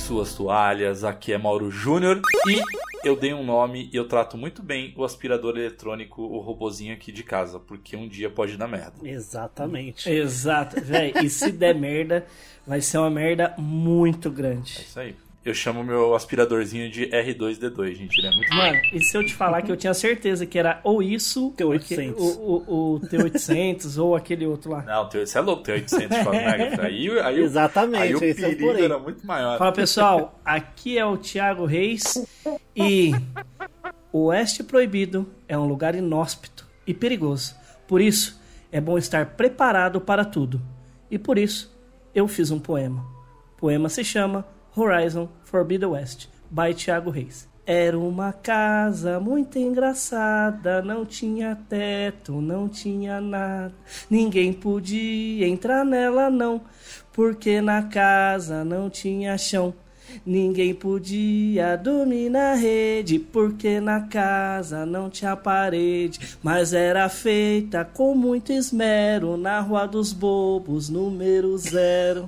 suas toalhas, aqui é Mauro Júnior e eu dei um nome e eu trato muito bem o aspirador eletrônico, o robozinho aqui de casa, porque um dia pode dar merda. Exatamente. Exato, velho. E se der merda, vai ser uma merda muito grande. É isso aí. Eu chamo meu aspiradorzinho de R2D2, gente, ele é muito Mano, e se eu te falar que eu tinha certeza que era ou isso, T800. o T800 ou aquele outro lá. Não, você é louco, tem 800 Schwarzenegger. Aí Exatamente, o esse é o perigo porém. era muito maior. Fala, pessoal, aqui é o Thiago Reis e o Oeste Proibido é um lugar inóspito e perigoso. Por isso, é bom estar preparado para tudo. E por isso, eu fiz um poema. O poema se chama Horizon Forbidden West, by Thiago Reis. Era uma casa muito engraçada, não tinha teto, não tinha nada. Ninguém podia entrar nela não, porque na casa não tinha chão. Ninguém podia dormir na rede, porque na casa não tinha parede. Mas era feita com muito esmero, na Rua dos Bobos, número 0.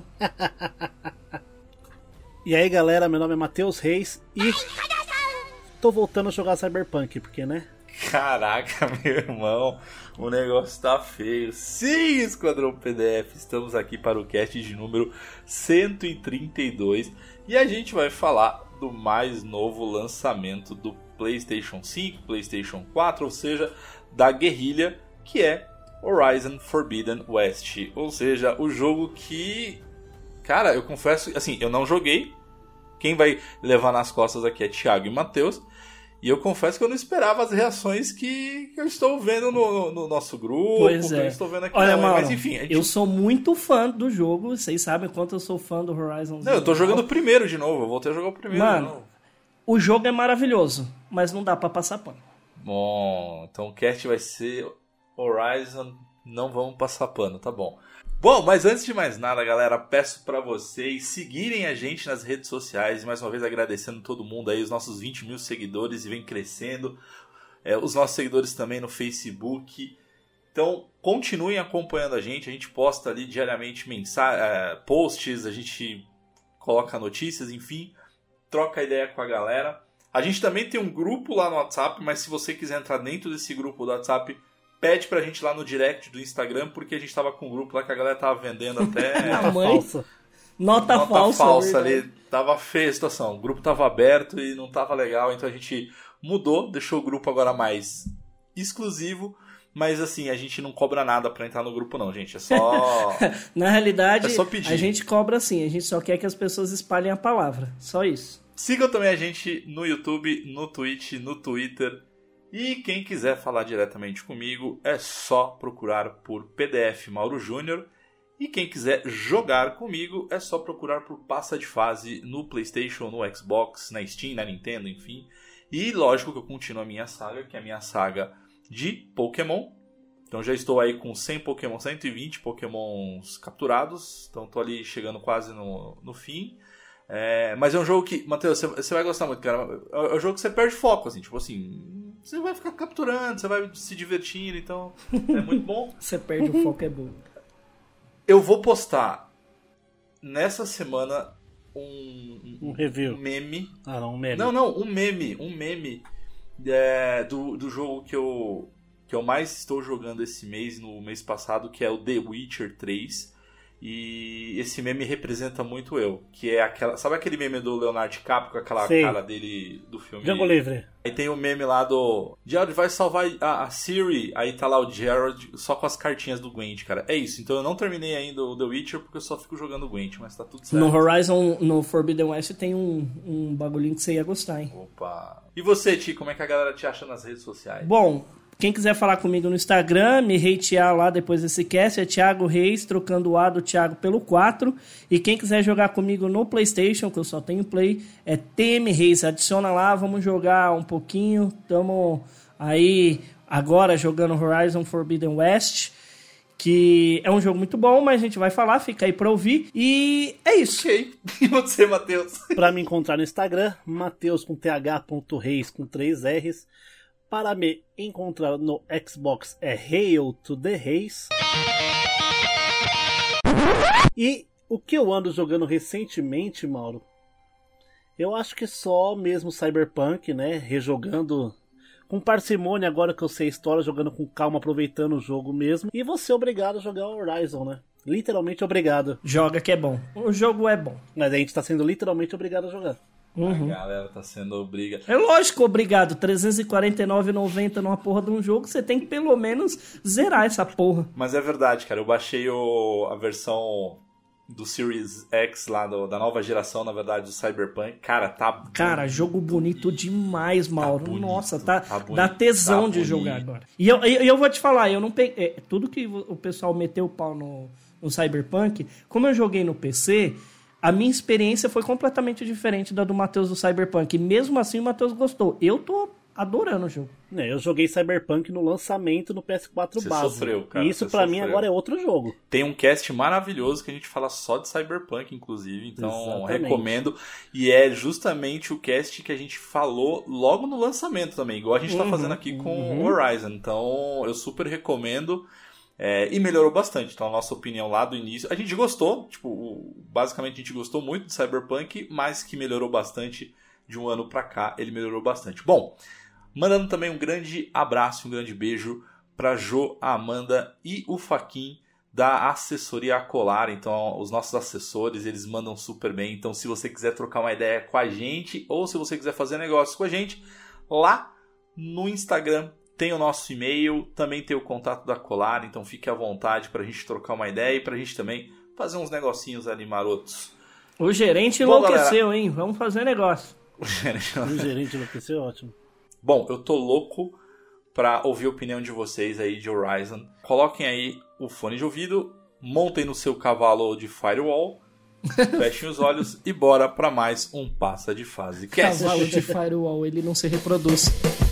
E aí, galera, meu nome é Matheus Reis e tô voltando a jogar Cyberpunk, porque, né? Caraca, meu irmão, o negócio tá feio. Sim, Esquadrão PDF, estamos aqui para o cast de número 132 e a gente vai falar do mais novo lançamento do PlayStation 5, PlayStation 4, ou seja, da guerrilha, que é Horizon Forbidden West. Ou seja, o jogo que, cara, eu confesso, assim, eu não joguei. Quem vai levar nas costas aqui é Thiago e Matheus. E eu confesso que eu não esperava as reações que eu estou vendo no nosso grupo. Pois que eu é. estou vendo aqui. Olha, Não, Mauro, mas enfim. eu sou muito fã do jogo. Vocês sabem quanto eu sou fã do Horizon. Não, eu tô jogando o primeiro de novo. Eu voltei a jogar o primeiro de Mano, novo. o jogo é maravilhoso, mas não dá pra passar pano. Bom, então o cast vai ser Horizon. Não vamos passar pano, tá bom. Bom, mas antes de mais nada, galera, peço pra vocês seguirem a gente nas redes sociais. Mais uma vez agradecendo todo mundo aí, os nossos 20 mil seguidores e vem crescendo. Os nossos seguidores também no Facebook. Então, continuem acompanhando a gente posta ali diariamente posts, a gente coloca notícias, enfim, troca ideia com a galera. A gente também tem um grupo lá no WhatsApp, mas se você quiser entrar dentro desse grupo do WhatsApp, pede pra gente lá no direct do Instagram, porque a gente tava com um grupo lá que a galera tava vendendo até Nota falsa ali. Tava feia a situação. O grupo tava aberto e não tava legal, então a gente mudou, deixou o grupo agora mais exclusivo. Mas assim, a gente não cobra nada pra entrar no grupo não, gente. É só... Na realidade, é só pedir. A gente cobra sim. A gente só quer que as pessoas espalhem a palavra. Só isso. Sigam também a gente no YouTube, no Twitch, no Twitter. E quem quiser falar diretamente comigo é só procurar por PDF Mauro Júnior. E quem quiser jogar comigo é só procurar por Passa de Fase no PlayStation, no Xbox, na Steam, na Nintendo, enfim. E lógico que eu continuo a minha saga, que é a minha saga de Pokémon. Então já estou aí com 100 Pokémon, 120 Pokémons capturados. Então estou ali chegando quase no fim. Mas é um jogo que, Matheus, você vai gostar muito, cara. É um jogo que você perde foco, assim, tipo assim... Você vai ficar capturando, você vai se divertindo, então é muito bom. Você perde o foco, é bom. Eu vou postar nessa semana um review. Um meme. Ah, não, um meme. Não, um meme do jogo que eu mais estou jogando esse mês, no mês passado, que é o The Witcher 3. E esse meme representa muito eu, que é aquela... Sabe aquele meme do Leonardo DiCaprio com aquela cara dele do filme? Django Livre. Aí tem o meme lá do... Gerald vai salvar a Ciri. Aí tá lá o Gerald só com as cartinhas do Gwent, cara. É isso, então eu não terminei ainda o The Witcher porque eu só fico jogando Gwent, mas tá tudo certo. No Horizon, no Forbidden West tem um bagulhinho que você ia gostar, hein? Opa! E você, Ti, como é que a galera te acha nas redes sociais? Bom... Quem quiser falar comigo no Instagram, me hatear lá depois desse cast, é Thiago Reis, trocando o A do Thiago pelo 4. E quem quiser jogar comigo no PlayStation, que eu só tenho Play, é TM Reis. Adiciona lá, vamos jogar um pouquinho. Estamos aí agora jogando Horizon Forbidden West, que é um jogo muito bom, mas a gente vai falar, fica aí pra ouvir. E é isso. Ok. E você, Matheus? Pra me encontrar no Instagram, Matheus com th.reis com 3 R's. Para me encontrar no Xbox é Hail to the Reis. E o que eu ando jogando recentemente, Mauro, Eu acho que só mesmo Cyberpunk, né? Rejogando com parcimônia, agora que eu sei a história, jogando com calma, aproveitando o jogo mesmo. E você é obrigado a jogar Horizon, né? Literalmente obrigado. Joga que é bom. O jogo é bom. Mas a gente tá sendo literalmente obrigado a jogar. Uhum. A galera tá sendo obrigada. É lógico, obrigado. R$349,90 numa porra de um jogo, você tem que pelo menos zerar essa porra. Mas é verdade, cara. Eu baixei a versão do Series X lá, da nova geração, na verdade, do Cyberpunk. Cara, tá... Cara, jogo bonito demais, Mauro. Tá bonito, Nossa, tá bonito, dá tesão tá de bonito. jogar agora. E eu vou te falar, eu não peguei... tudo que o pessoal meteu o pau no Cyberpunk, como eu joguei no PC... A minha experiência foi completamente diferente da do Matheus do Cyberpunk. E mesmo assim o Matheus gostou. Eu tô adorando o jogo. Eu joguei Cyberpunk no lançamento no PS4 Você base. sofreu, cara. E isso pra mim agora é outro jogo. Tem um cast maravilhoso que a gente fala só de Cyberpunk, inclusive. Então, Exatamente. recomendo. E é justamente o cast que a gente falou logo no lançamento também. Igual a gente tá fazendo aqui com o Horizon. Então, eu super recomendo. E melhorou bastante. Então, a nossa opinião lá do início... A gente gostou. Basicamente, a gente gostou muito de Cyberpunk, mas que melhorou bastante de um ano pra cá. Ele melhorou bastante. Bom, mandando também um grande abraço, um grande beijo pra Jo, a Amanda e o Faquin da assessoria Acolar. Então, os nossos assessores, eles mandam super bem. Então, se você quiser trocar uma ideia com a gente, ou se você quiser fazer negócio com a gente, lá no Instagram tem o nosso e-mail, também tem o contato da Acolar. Então, fique à vontade pra gente trocar uma ideia e pra gente também fazer uns negocinhos ali marotos. O gerente Bom, enlouqueceu, galera, hein? Vamos fazer negócio. O gerente enlouqueceu, ótimo. Bom, eu tô louco pra ouvir a opinião de vocês aí de Horizon. Coloquem aí o fone de ouvido, montem no seu cavalo de Firewall, fechem os olhos e bora pra mais um Passa de Fase Cast. Cavalo de Firewall, ele não se reproduz.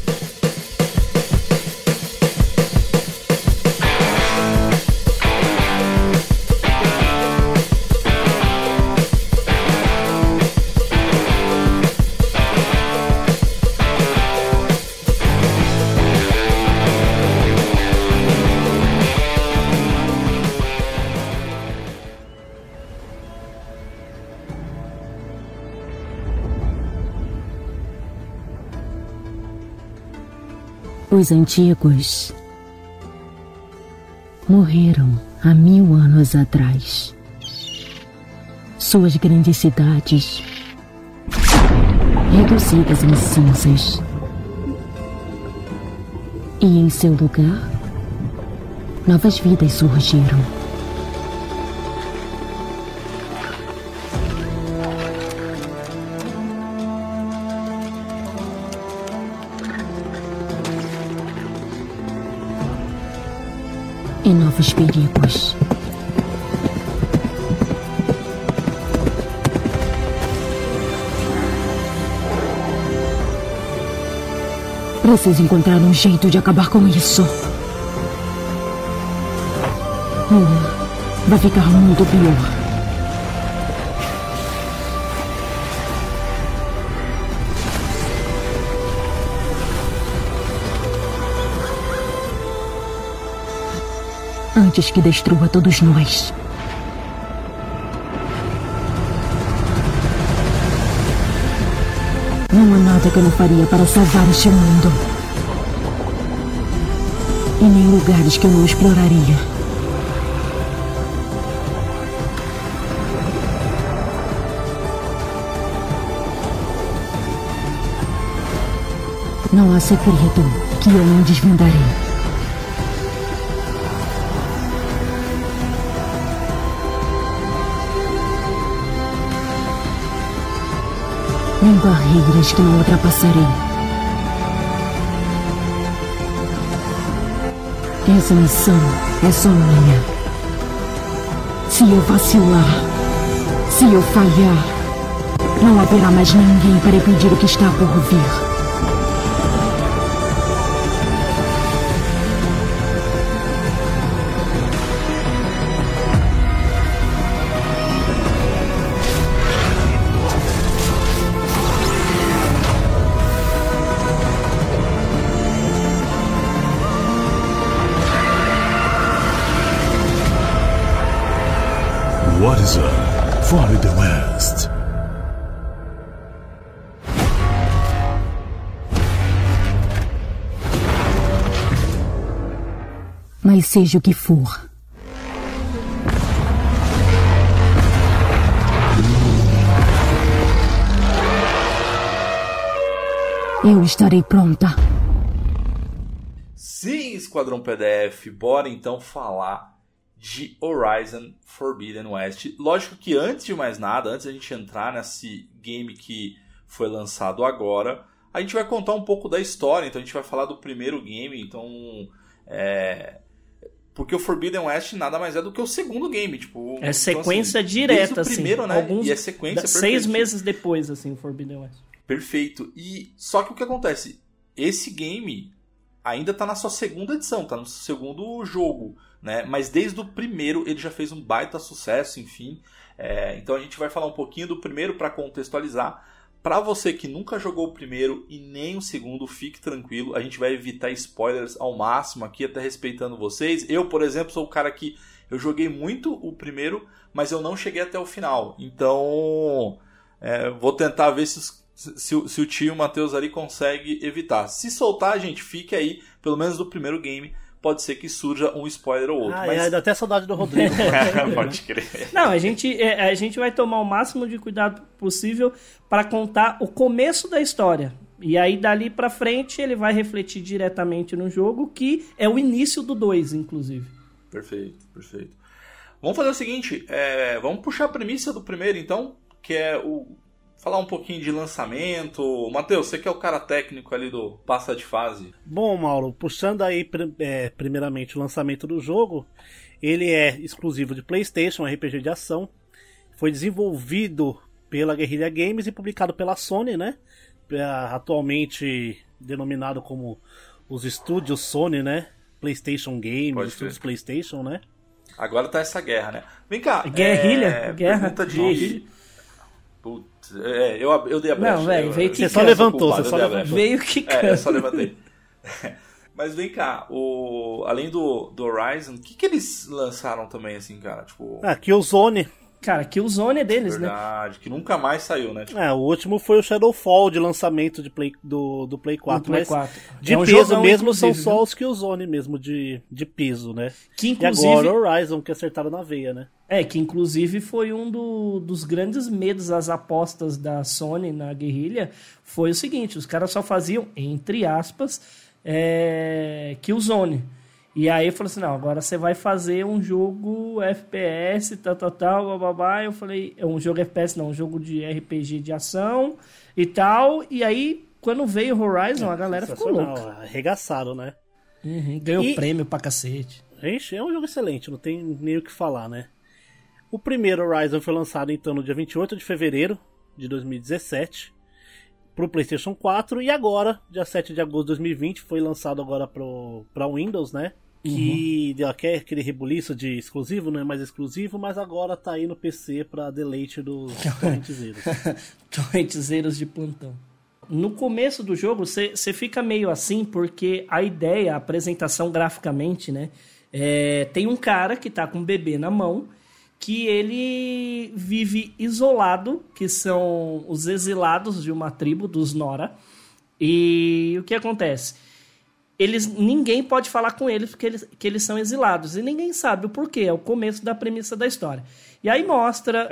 Os antigos morreram há 1000 anos atrás. Suas grandes cidades reduzidas em cinzas. E em seu lugar, novas vidas surgiram. E novos perigos. Preciso encontrar um jeito de acabar com isso. Vai ficar muito pior. Antes que destrua todos nós. Não há nada que eu não faria para salvar este mundo. E nem lugares que eu não exploraria. Não há segredo que eu não desvendarei. Nem barreiras que não ultrapassarei. Essa missão é só minha. Se eu vacilar, se eu falhar, não haverá mais ninguém para impedir o que está por vir. What is up? Far in the West. Mas seja o que for, eu estarei pronta. Sim, Esquadrão PDF, bora então falar de Horizon Forbidden West. Lógico que antes de mais nada, antes da gente entrar nesse game que foi lançado agora, a gente vai contar um pouco da história. Então a gente vai falar do primeiro game, então porque o Forbidden West nada mais é do que o segundo game, tipo, é sequência então, assim, direta, desde o primeiro, assim, né? alguns, e é sequência 6 meses depois, assim, o Forbidden West. Perfeito. E só que o que acontece? Esse game ainda tá na sua segunda edição, tá no segundo jogo, né? Mas desde o primeiro ele já fez um baita sucesso, enfim. Então a gente vai falar um pouquinho do primeiro para contextualizar. Para você que nunca jogou o primeiro e nem o segundo, fique tranquilo. A gente vai evitar spoilers ao máximo aqui, até respeitando vocês. Eu, por exemplo, sou o cara que eu joguei muito o primeiro, mas eu não cheguei até o final. Então, vou tentar ver se o tio Matheus ali consegue evitar. Se soltar, gente, fique aí, pelo menos do primeiro game. Pode ser que surja um spoiler ou outro. Mas dá até saudade do Rodrigo. Pode crer. Não, a gente vai tomar o máximo de cuidado possível para contar o começo da história. E aí, dali pra frente, ele vai refletir diretamente no jogo, que é o início do 2, inclusive. Perfeito. Vamos fazer o seguinte, vamos puxar a premissa do primeiro, então, que é falar um pouquinho de lançamento. Matheus, você que é o cara técnico ali do passa de fase. Bom, Mauro, puxando aí primeiramente o lançamento do jogo, ele é exclusivo de PlayStation, um RPG de ação. Foi desenvolvido pela Guerrilla Games e publicado pela Sony, né? Atualmente denominado como os estúdios Sony, né? PlayStation Games, estúdios PlayStation, né? Agora tá essa guerra, né? Vem cá. Guerra. Pergunta de... Putz, eu dei a brecha. Não, velho, veio que você só levantou, Veio que eu só levantei. Mas vem cá, além do Horizon, o que eles lançaram também, assim, cara? Tipo... Killzone. Cara, Killzone é deles, verdade, que nunca mais saiu, né? Tipo... O último foi o Shadowfall de lançamento do Play 4. Do Play 4. De peso mesmo são só os Killzone mesmo, de peso, né? Que, inclusive... E agora o Horizon, que acertaram na veia, né? Que inclusive foi um dos grandes medos, as apostas da Sony na guerrilha, foi o seguinte, os caras só faziam, entre aspas, Killzone. E aí eu falei assim, não, agora você vai fazer um jogo FPS, tal, bababá. Eu falei, um jogo FPS não, um jogo de RPG de ação e tal. E aí, quando veio o Horizon, a galera ficou louca. Arregaçaram, né? Ganhou prêmio pra cacete. Gente, é um jogo excelente, não tem nem o que falar, né? O primeiro Horizon foi lançado então no dia 28 de fevereiro de 2017 pro PlayStation 4 e agora, dia 7 de agosto de 2020, foi lançado agora pra Windows, né? Que deu aquele rebuliço de exclusivo, não é mais exclusivo, mas agora tá aí no PC pra deleite dos torrentezeiros. Torrentezeiros de plantão. No começo do jogo, você fica meio assim, porque a ideia, a apresentação graficamente, né? Tem um cara que tá com um bebê na mão, que ele vive isolado, que são os exilados de uma tribo, dos Nora. E o que acontece? Ninguém pode falar com eles porque eles são exilados. E ninguém sabe o porquê. É o começo da premissa da história. E aí mostra...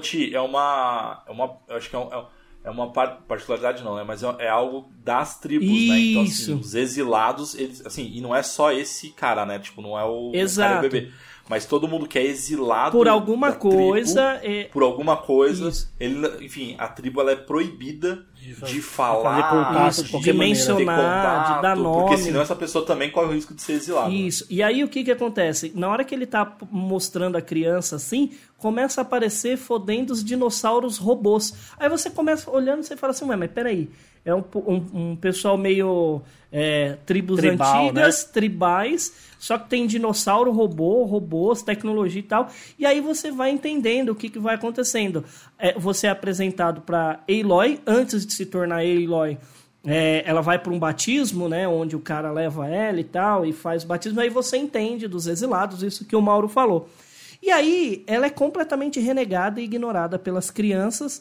acho que é uma particularidade não, né? Mas é algo das tribos, né? Então, assim, os exilados, eles, assim, e não é só esse cara, né? Tipo, não é o cara bebê. Mas todo mundo que é exilado por alguma coisa, ele, enfim, a tribo ela é proibida de falar, de mencionar, de dar nome. Porque senão essa pessoa também corre o risco de ser exilada. Isso. E aí o que acontece? Na hora que ele tá mostrando a criança assim, começa a aparecer fodendo os dinossauros robôs. Aí você começa olhando e você fala assim, ué, mas peraí, é um pessoal meio tribos tribal, antigas, né? Tribais, só que tem dinossauro, robôs, tecnologia e tal. E aí você vai entendendo o que vai acontecendo. Você é apresentado para Aloy, antes de se tornar Aloy. Ela vai para um batismo, né, onde o cara leva ela e tal, e faz batismo. Aí você entende dos exilados, isso que o Mauro falou. E aí ela é completamente renegada e ignorada pelas crianças.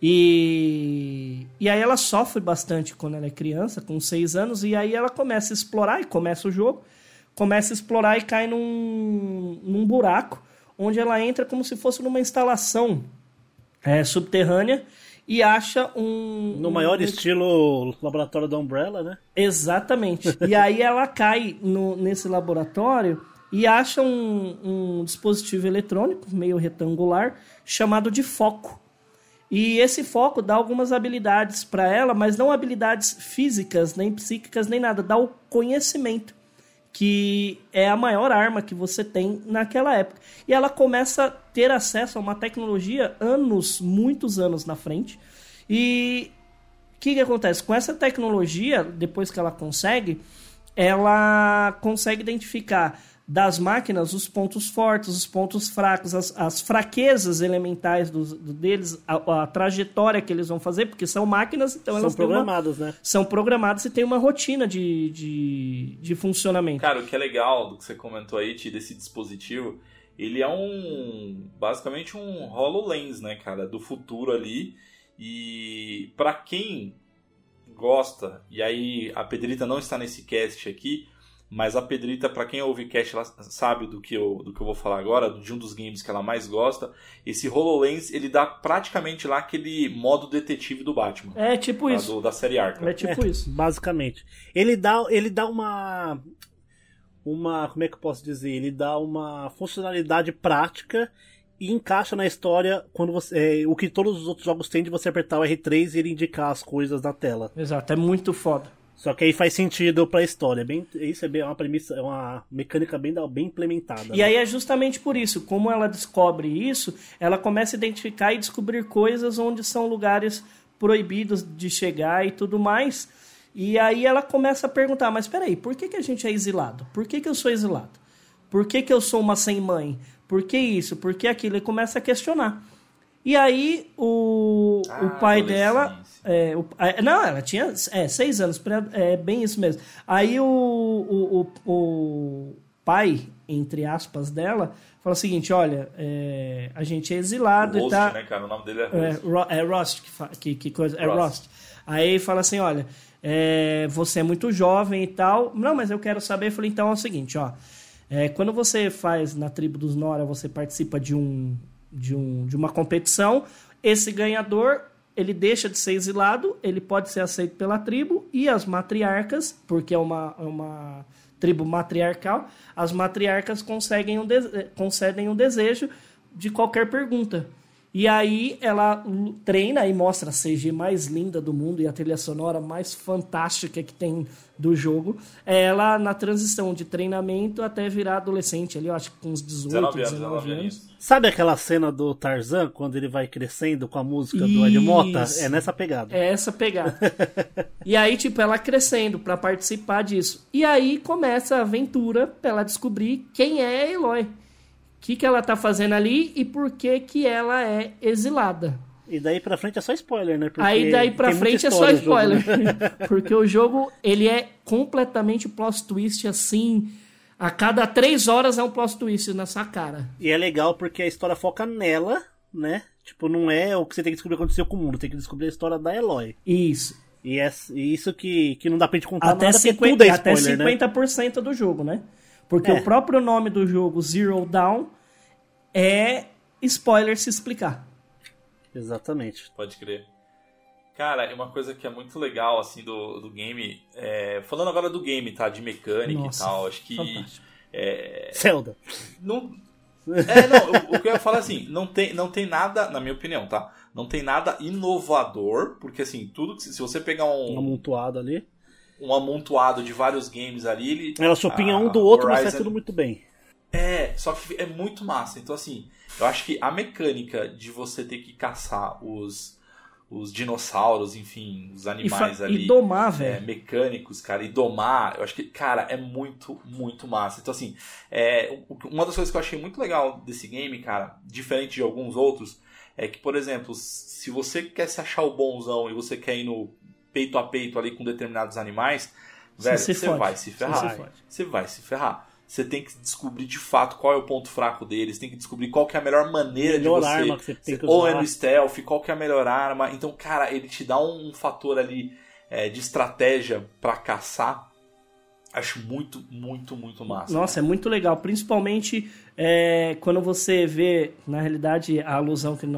E aí ela sofre bastante quando ela é criança, com 6 anos, e aí ela começa a explorar, e começa o jogo, começa a explorar e cai num buraco, onde ela entra como se fosse numa instalação subterrânea e acha no maior estilo laboratório da Umbrella, né? Exatamente. E aí ela cai nesse laboratório e acha um dispositivo eletrônico meio retangular chamado de foco. E esse foco dá algumas habilidades para ela, mas não habilidades físicas, nem psíquicas, nem nada. Dá o conhecimento, que é a maior arma que você tem naquela época. E ela começa a ter acesso a uma tecnologia muitos anos na frente. E o que acontece? Com essa tecnologia, depois que ela consegue identificar das máquinas os pontos fortes, os pontos fracos, as fraquezas elementais deles, a trajetória que eles vão fazer, porque são máquinas, então elas são programadas, né? São programadas e tem uma rotina de funcionamento. Cara, o que é legal do que você comentou aí, desse dispositivo, ele é basicamente um HoloLens, né, cara, do futuro ali. E pra quem gosta, e aí a Pedrita não está nesse cast aqui, mas a Pedrita, pra quem ouve cast, ela sabe do que eu vou falar agora, de um dos games que ela mais gosta. Esse HoloLens, ele dá praticamente lá aquele modo detetive do Batman. É tipo isso. Da série Arkham. É tipo isso. Basicamente. Ele dá uma... Como é que eu posso dizer? Ele dá uma funcionalidade prática e encaixa na história quando você, o que todos os outros jogos têm de você apertar o R3 e ele indicar as coisas na tela. Exato, é muito foda. Só que aí faz sentido pra história. Isso é uma premissa, é uma mecânica bem implementada. E aí é justamente por isso, como ela descobre isso, ela começa a identificar e descobrir coisas onde são lugares proibidos de chegar e tudo mais. E aí ela começa a perguntar, mas peraí, por que a gente é exilado? Por que eu sou exilado? Por que eu sou uma sem mãe? Por que isso? Por que aquilo? E começa a questionar. E aí o pai dela... não, ela tinha 6 anos, bem isso mesmo. Aí o pai, entre aspas, dela, fala o seguinte, olha, a gente é exilado Rost, e tá... né, cara? O nome dele é Rost. Que coisa? É Rost. Aí fala assim, olha, você é muito jovem e tal. Não, mas eu quero saber. Eu falei, então é o seguinte, ó. Quando você faz na tribo dos Nora, você participa de uma competição, esse ganhador, ele deixa de ser exilado, ele pode ser aceito pela tribo, e as matriarcas, porque é uma tribo matriarcal, as matriarcas concedem um desejo de qualquer pergunta. E aí ela treina e mostra a CG mais linda do mundo e a trilha sonora mais fantástica que tem do jogo. Ela na transição de treinamento até virar adolescente ali, eu acho que com uns 18, 19 anos. Sabe aquela cena do Tarzan, quando ele vai crescendo com a música do Ed Mota? É nessa pegada. É essa pegada. E aí, tipo, ela crescendo pra participar disso. E aí começa a aventura pra ela descobrir quem é a Aloy. O que ela tá fazendo ali e por que ela é exilada. E daí pra frente é só spoiler, né? Porque aí daí pra frente é só spoiler. Jogo, né? Porque o jogo, ele é completamente plot twist, assim... A cada 3 horas é um plot twist na sua cara. E é legal porque a história foca nela, né? Tipo, não é o que você tem que descobrir o que aconteceu com o mundo. Tem que descobrir a história da Aloy. Isso. E é isso que não dá pra gente contar até nada, 50, tudo é spoiler, até 50% né? do jogo, né? Porque o próprio nome do jogo, Zero Dawn, é spoiler se explicar. Exatamente. Pode crer. Cara, uma coisa que é muito legal, assim, do game... falando agora do game, tá? De mecânica. Nossa, e tal, acho que... Zelda. O que eu ia falar assim, não tem nada, na minha opinião, tá? Não tem nada inovador, porque assim, tudo que... Se você pegar um amontoado ali... Um amontoado de vários games ali... Ela chupinha um do outro, Horizon, mas faz tudo muito bem. Só que é muito massa. Então, assim, eu acho que a mecânica de você ter que caçar os dinossauros, uma os animais ali. E domar, velho. Mecânicos, cara, e domar, eu acho que, cara, é muito, muito massa. Então, assim, uma das coisas que eu achei muito legal desse game, cara, diferente de alguns outros, é que, por exemplo, se você quer se achar o bonzão e você quer ir no peito a peito ali com determinados animais, velho, você vai se ferrar. Você vai se ferrar. Você tem que descobrir de fato qual é o ponto fraco deles, tem que descobrir qual que é a melhor maneira de você... arma que você tem que usar. Ou é no stealth, qual que é a melhor arma. Então, cara, ele te dá um fator ali de estratégia pra caçar Acho muito, muito, muito massa. Nossa, é muito legal. Principalmente quando você vê, na realidade, a alusão que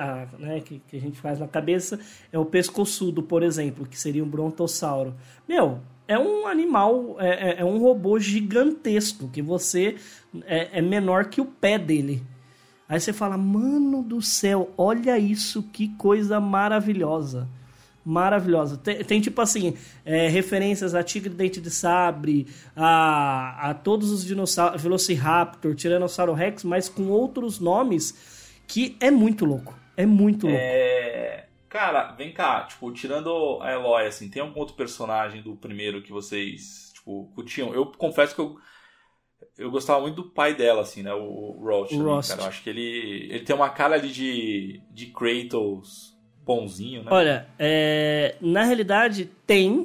a gente faz na cabeça é o pescoçudo, por exemplo, que seria um brontossauro. Meu, é um animal, é um robô gigantesco, que você é menor que o pé dele. Aí você fala, mano do céu, olha isso, que coisa maravilhosa. Maravilhosa. Tem tipo assim, referências a Tigre Dente de Sabre, a todos os dinossauros, Velociraptor, Tiranossauro Rex, mas com outros nomes que é muito louco. É muito louco. Cara, vem cá, tipo, tirando a Eloy, assim, tem algum outro personagem do primeiro que vocês, tipo, curtiam? Eu confesso que eu gostava muito do pai dela, assim, né, o Rost. Cara, eu acho que ele tem uma cara ali de Kratos bonzinho, né? Olha, na realidade tem,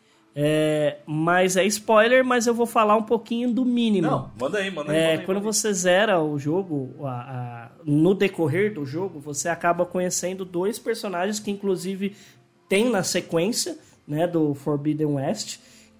mas é spoiler, mas eu vou falar um pouquinho do mínimo. Não, manda aí. Quando você zera o jogo, no decorrer do jogo, você acaba conhecendo 2 personagens que inclusive tem na sequência, né, do Forbidden West,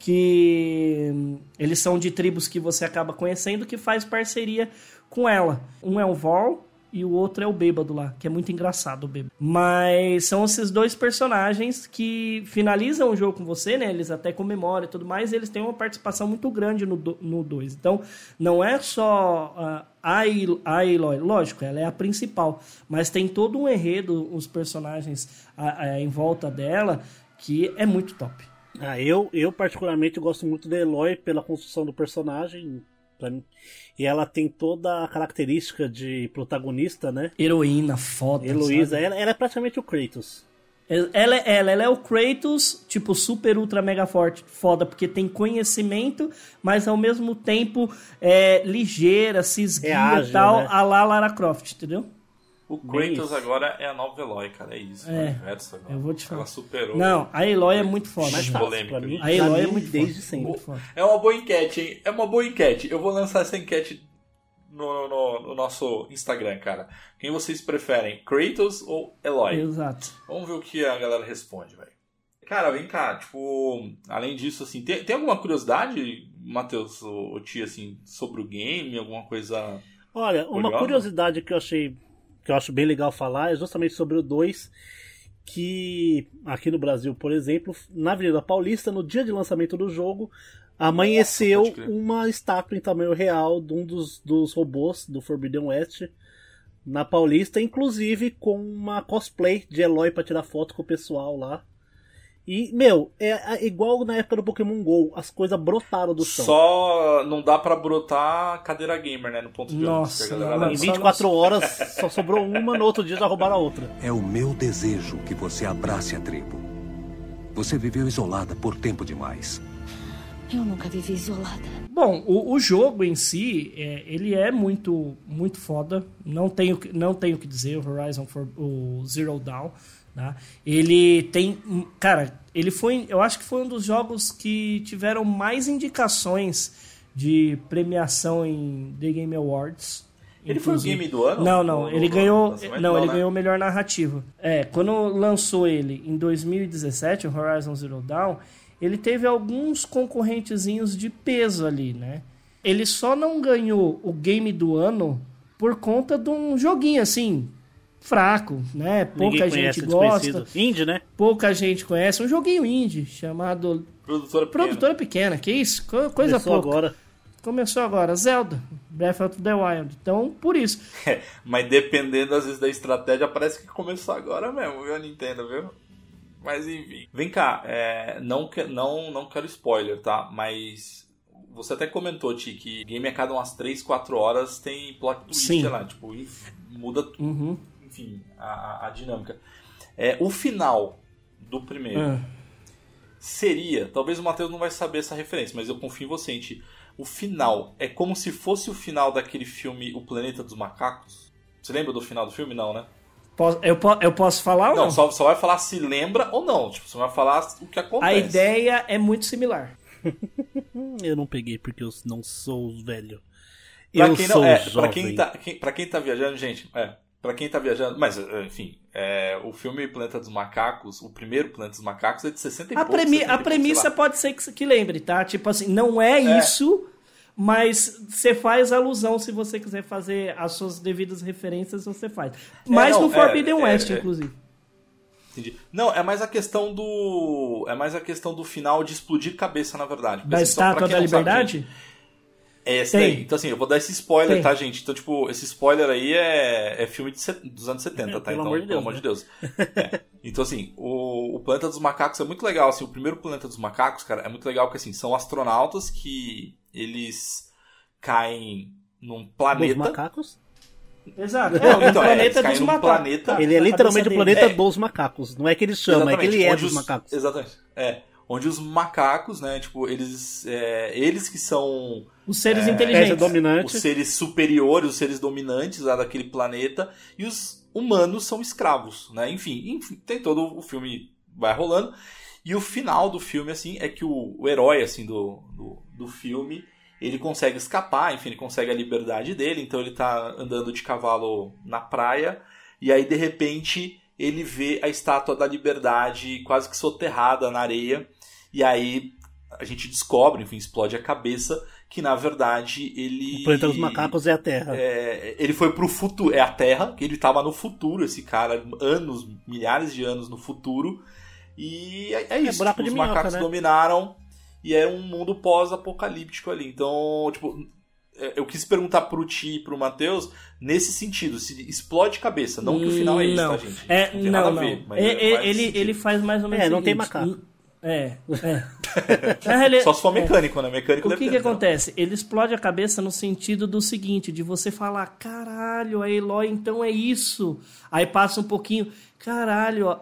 que eles são de tribos que você acaba conhecendo, que faz parceria com ela. Um é o Vol e o outro é o Bêbado lá, que é muito engraçado o Bêbado. Mas são esses 2 personagens que finalizam o jogo com você, né? Eles até comemoram e tudo mais, e eles têm uma participação muito grande no 2. Então, não é só a Eloy, lógico, ela é a principal, mas tem todo um enredo, os personagens em volta dela, que é muito top. Eu particularmente gosto muito da Eloy pela construção do personagem. E ela tem toda a característica de protagonista, né? Heroína, foda. Heloísa, ela é praticamente o Kratos. Ela é o Kratos, tipo, super, ultra, mega forte, foda, porque tem conhecimento, mas ao mesmo tempo ligeira, se esguia e tal, né? A lá Lara Croft, entendeu? O Kratos agora é a nova Eloy, cara, é isso. Agora. Eu vou te falar. Ela superou. Não, a Eloy é muito foda. Mas polêmica. Mim, a Eloy é muito desde sempre. É uma boa enquete, hein? É uma boa enquete. Eu vou lançar essa enquete no nosso Instagram, cara. Quem vocês preferem, Kratos ou Eloy? Exato. Vamos ver o que a galera responde, velho. Cara, vem cá, tipo, além disso, assim, tem alguma curiosidade, Matheus, ou Tia, assim, sobre o game? Alguma coisa... Olha, uma curiosidade que eu acho bem legal falar é justamente sobre o 2, que aqui no Brasil, por exemplo, na Avenida Paulista, no dia de lançamento do jogo, amanheceu uma estátua em tamanho real de um dos robôs do Forbidden West na Paulista, inclusive com uma cosplay de Eloy pra tirar foto com o pessoal lá. E, é igual na época do Pokémon GO, as coisas brotaram do chão. Só não dá pra brotar cadeira gamer, né, no ponto de Nossa, galera... Em 24 horas só sobrou uma, no outro dia já roubaram a outra. É o meu desejo que você abrace a tribo. Você viveu isolada por tempo demais. Eu nunca vivi isolada. Bom, o jogo em si, ele é muito, muito foda. Não tenho o que dizer, o Horizon o Zero Dawn. Tá? Ele tem... Cara, eu acho que foi um dos jogos que tiveram mais indicações de premiação em The Game Awards. Ele foi o game do ano? Não, ele ganhou o melhor narrativa. Quando lançou ele em 2017, o Horizon Zero Dawn, ele teve alguns concorrentezinhos de peso ali, né? Ele só não ganhou o game do ano por conta de um joguinho assim... fraco, né? Pouca gente gosta. Indie, né? Pouca gente conhece. Um joguinho indie chamado Produtora Pequena. Que isso? Coisa pouca. Começou agora. Zelda. Breath of the Wild. Então, por isso. Mas dependendo, às vezes, da estratégia, parece que começou agora mesmo, viu, a Nintendo, viu? Mas, enfim. Vem cá. Não quero spoiler, tá? Mas... Você até comentou, Ti, que game a cada umas 3, 4 horas tem plot twist, sei lá. Tipo, muda tudo. Uhum. Enfim, a dinâmica. O final do primeiro seria... Talvez o Matheus não vai saber essa referência, mas eu confio em você, gente. O final é como se fosse o final daquele filme O Planeta dos Macacos. Você lembra do final do filme? Não, né? Eu posso falar ou não? Não, só vai falar se lembra ou não. Tipo, você vai falar o que acontece. A ideia é muito similar. Eu não peguei porque eu não sou velho. Pra quem tá viajando, gente... Pra quem tá viajando... Mas, enfim, o filme Planeta dos Macacos, o primeiro Planeta dos Macacos é de 60 e pouco. A premissa pode ser que lembre, tá? Tipo assim, não é isso, mas você faz alusão, se você quiser fazer as suas devidas referências, você faz. Mas no Forbidden West, inclusive. Entendi. Não, é mais a questão do final de explodir cabeça, na verdade. Da Estátua da Liberdade? Sabe, esse daí. Então, assim, eu vou dar esse spoiler, tá, gente? Então, tipo, esse spoiler aí é filme dos anos 70, tá? Então, pelo amor de Deus. Então, assim, o Planeta dos Macacos é muito legal, assim, o primeiro Planeta dos Macacos, cara, é muito legal porque, assim, são astronautas que eles caem num planeta... Dos macacos? Exato. Então, planeta dos macacos. Ele é literalmente o planeta dos macacos. Não é que eles chamam, é que ele é dos macacos. Exatamente. Onde os macacos, né, tipo, eles que são... Os seres inteligentes. Dominantes. Os seres superiores, os seres dominantes lá daquele planeta. E os humanos são escravos, né? Enfim, tem todo o filme vai rolando. E o final do filme, assim, é que o herói, assim, do filme, ele consegue escapar, enfim, ele consegue a liberdade dele. Então ele tá andando de cavalo na praia. E aí, de repente, ele vê a Estátua da Liberdade quase que soterrada na areia. E aí a gente descobre, enfim, explode a cabeça, que na verdade ele... O planeta dos macacos é a Terra. Ele foi pro futuro, é a Terra, que ele tava no futuro, esse cara, milhares de anos no futuro. E é isso, buraco tipo, de os minhoca, macacos né? dominaram e era um mundo pós-apocalíptico ali. Então, tipo... Eu quis perguntar pro Ti e pro Matheus nesse sentido, se explode cabeça, não que o final é isso, tá, gente? Não tem nada a ver. Mas ele faz mais ou menos não o tem seguinte. macaco. Só se for mecânico, né? Mecânico o que acontece? Ele explode a cabeça no sentido do seguinte, de você falar, caralho, a Eloy então é isso. Aí passa um pouquinho, caralho,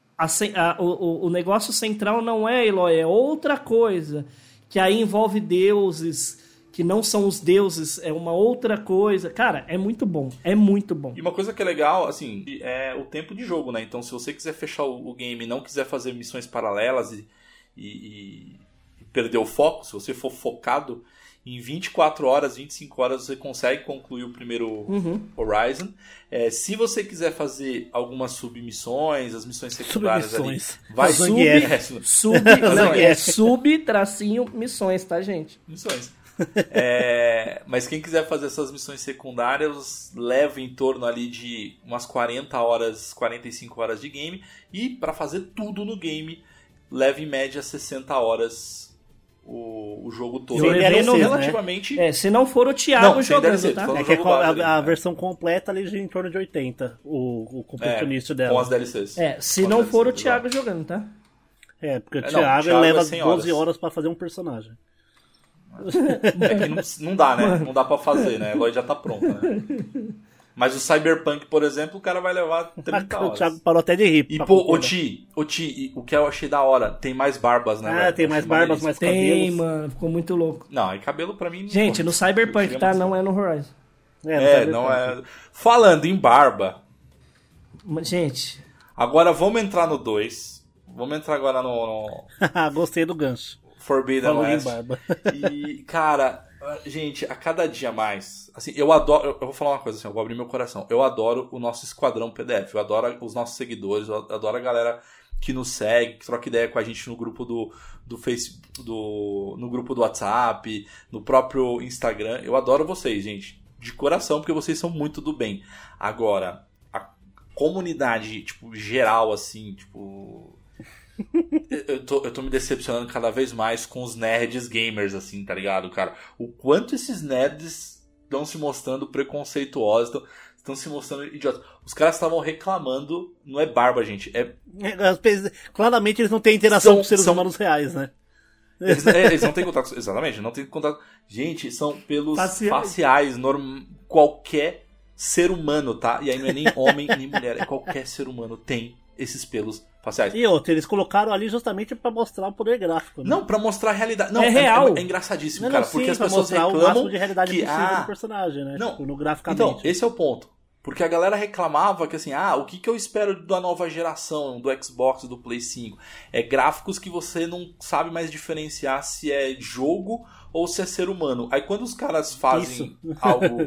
o negócio central não é Eloy, é outra coisa. Que aí envolve deuses... que não são os deuses, é uma outra coisa. Cara, é muito bom. É muito bom. E uma coisa que é legal, assim, é o tempo de jogo, né? Então, se você quiser fechar o game e não quiser fazer missões paralelas e perder o foco, se você for focado, em 24 horas, 25 horas, você consegue concluir o primeiro Horizon. Se você quiser fazer algumas submissões, as missões secundárias ali... Vai sub-missões, tá, gente? Missões. Mas quem quiser fazer essas missões secundárias leva em torno ali de umas 40 horas, 45 horas de game, e para fazer tudo no game leva em média 60 horas o jogo todo. Relativamente... se não for o Thiago jogando, tá? É que a versão completa ali gira em torno de 80, o completionista dela. Com as DLCs. Se não for o Thiago jogando, tá? Porque o Thiago leva 12 horas para fazer um personagem. Que não dá, né? Não dá pra fazer, né? A Eloy já tá pronta, né? Mas o Cyberpunk, por exemplo, o cara vai levar 30 horas. O Thiago parou até de rir. E pô, o Ti, o que eu achei da hora, tem mais barbas, né? Tem mais barbas, mais cabelos. Tem, mano, ficou muito louco. Não, e cabelo pra mim... Gente, no Cyberpunk, tá? Não é no Horizon. Não é... Falando em barba... Gente... Agora vamos entrar no 2. Vamos entrar agora no... Gostei do gancho. Forbidden West. E, cara, gente, a cada dia mais, assim, eu adoro, eu vou falar uma coisa assim, eu vou abrir meu coração, eu adoro o nosso esquadrão PDF, eu adoro os nossos seguidores, eu adoro a galera que nos segue, que troca ideia com a gente no grupo do Facebook, no grupo do WhatsApp, no próprio Instagram, eu adoro vocês, gente, de coração, porque vocês são muito do bem. Agora, a comunidade, tipo, geral, assim, tipo... Eu tô me decepcionando cada vez mais com os nerds gamers, assim, tá ligado, cara? O quanto esses nerds estão se mostrando preconceituosos, estão se mostrando idiotas. Os caras estavam reclamando, não é barba, gente, claramente eles não têm interação com seres humanos reais, né? Eles não têm contato, exatamente, não tem contato. Gente, são pelos faciais, qualquer ser humano, tá? E aí não é nem homem nem mulher, é qualquer ser humano tem esses pelos faciais. E outra, eles colocaram ali justamente pra mostrar o poder gráfico, né? Não, pra mostrar a realidade. Não, é real. É engraçadíssimo, cara, porque as pessoas reclamam o máximo de realidade que possível do personagem, né? Não, tipo, no graficamente. Então, esse é o ponto. Porque a galera reclamava que assim, o que eu espero da nova geração, do Xbox, do Play 5? É gráficos que você não sabe mais diferenciar se é jogo ou se é ser humano. Aí quando os caras fazem algo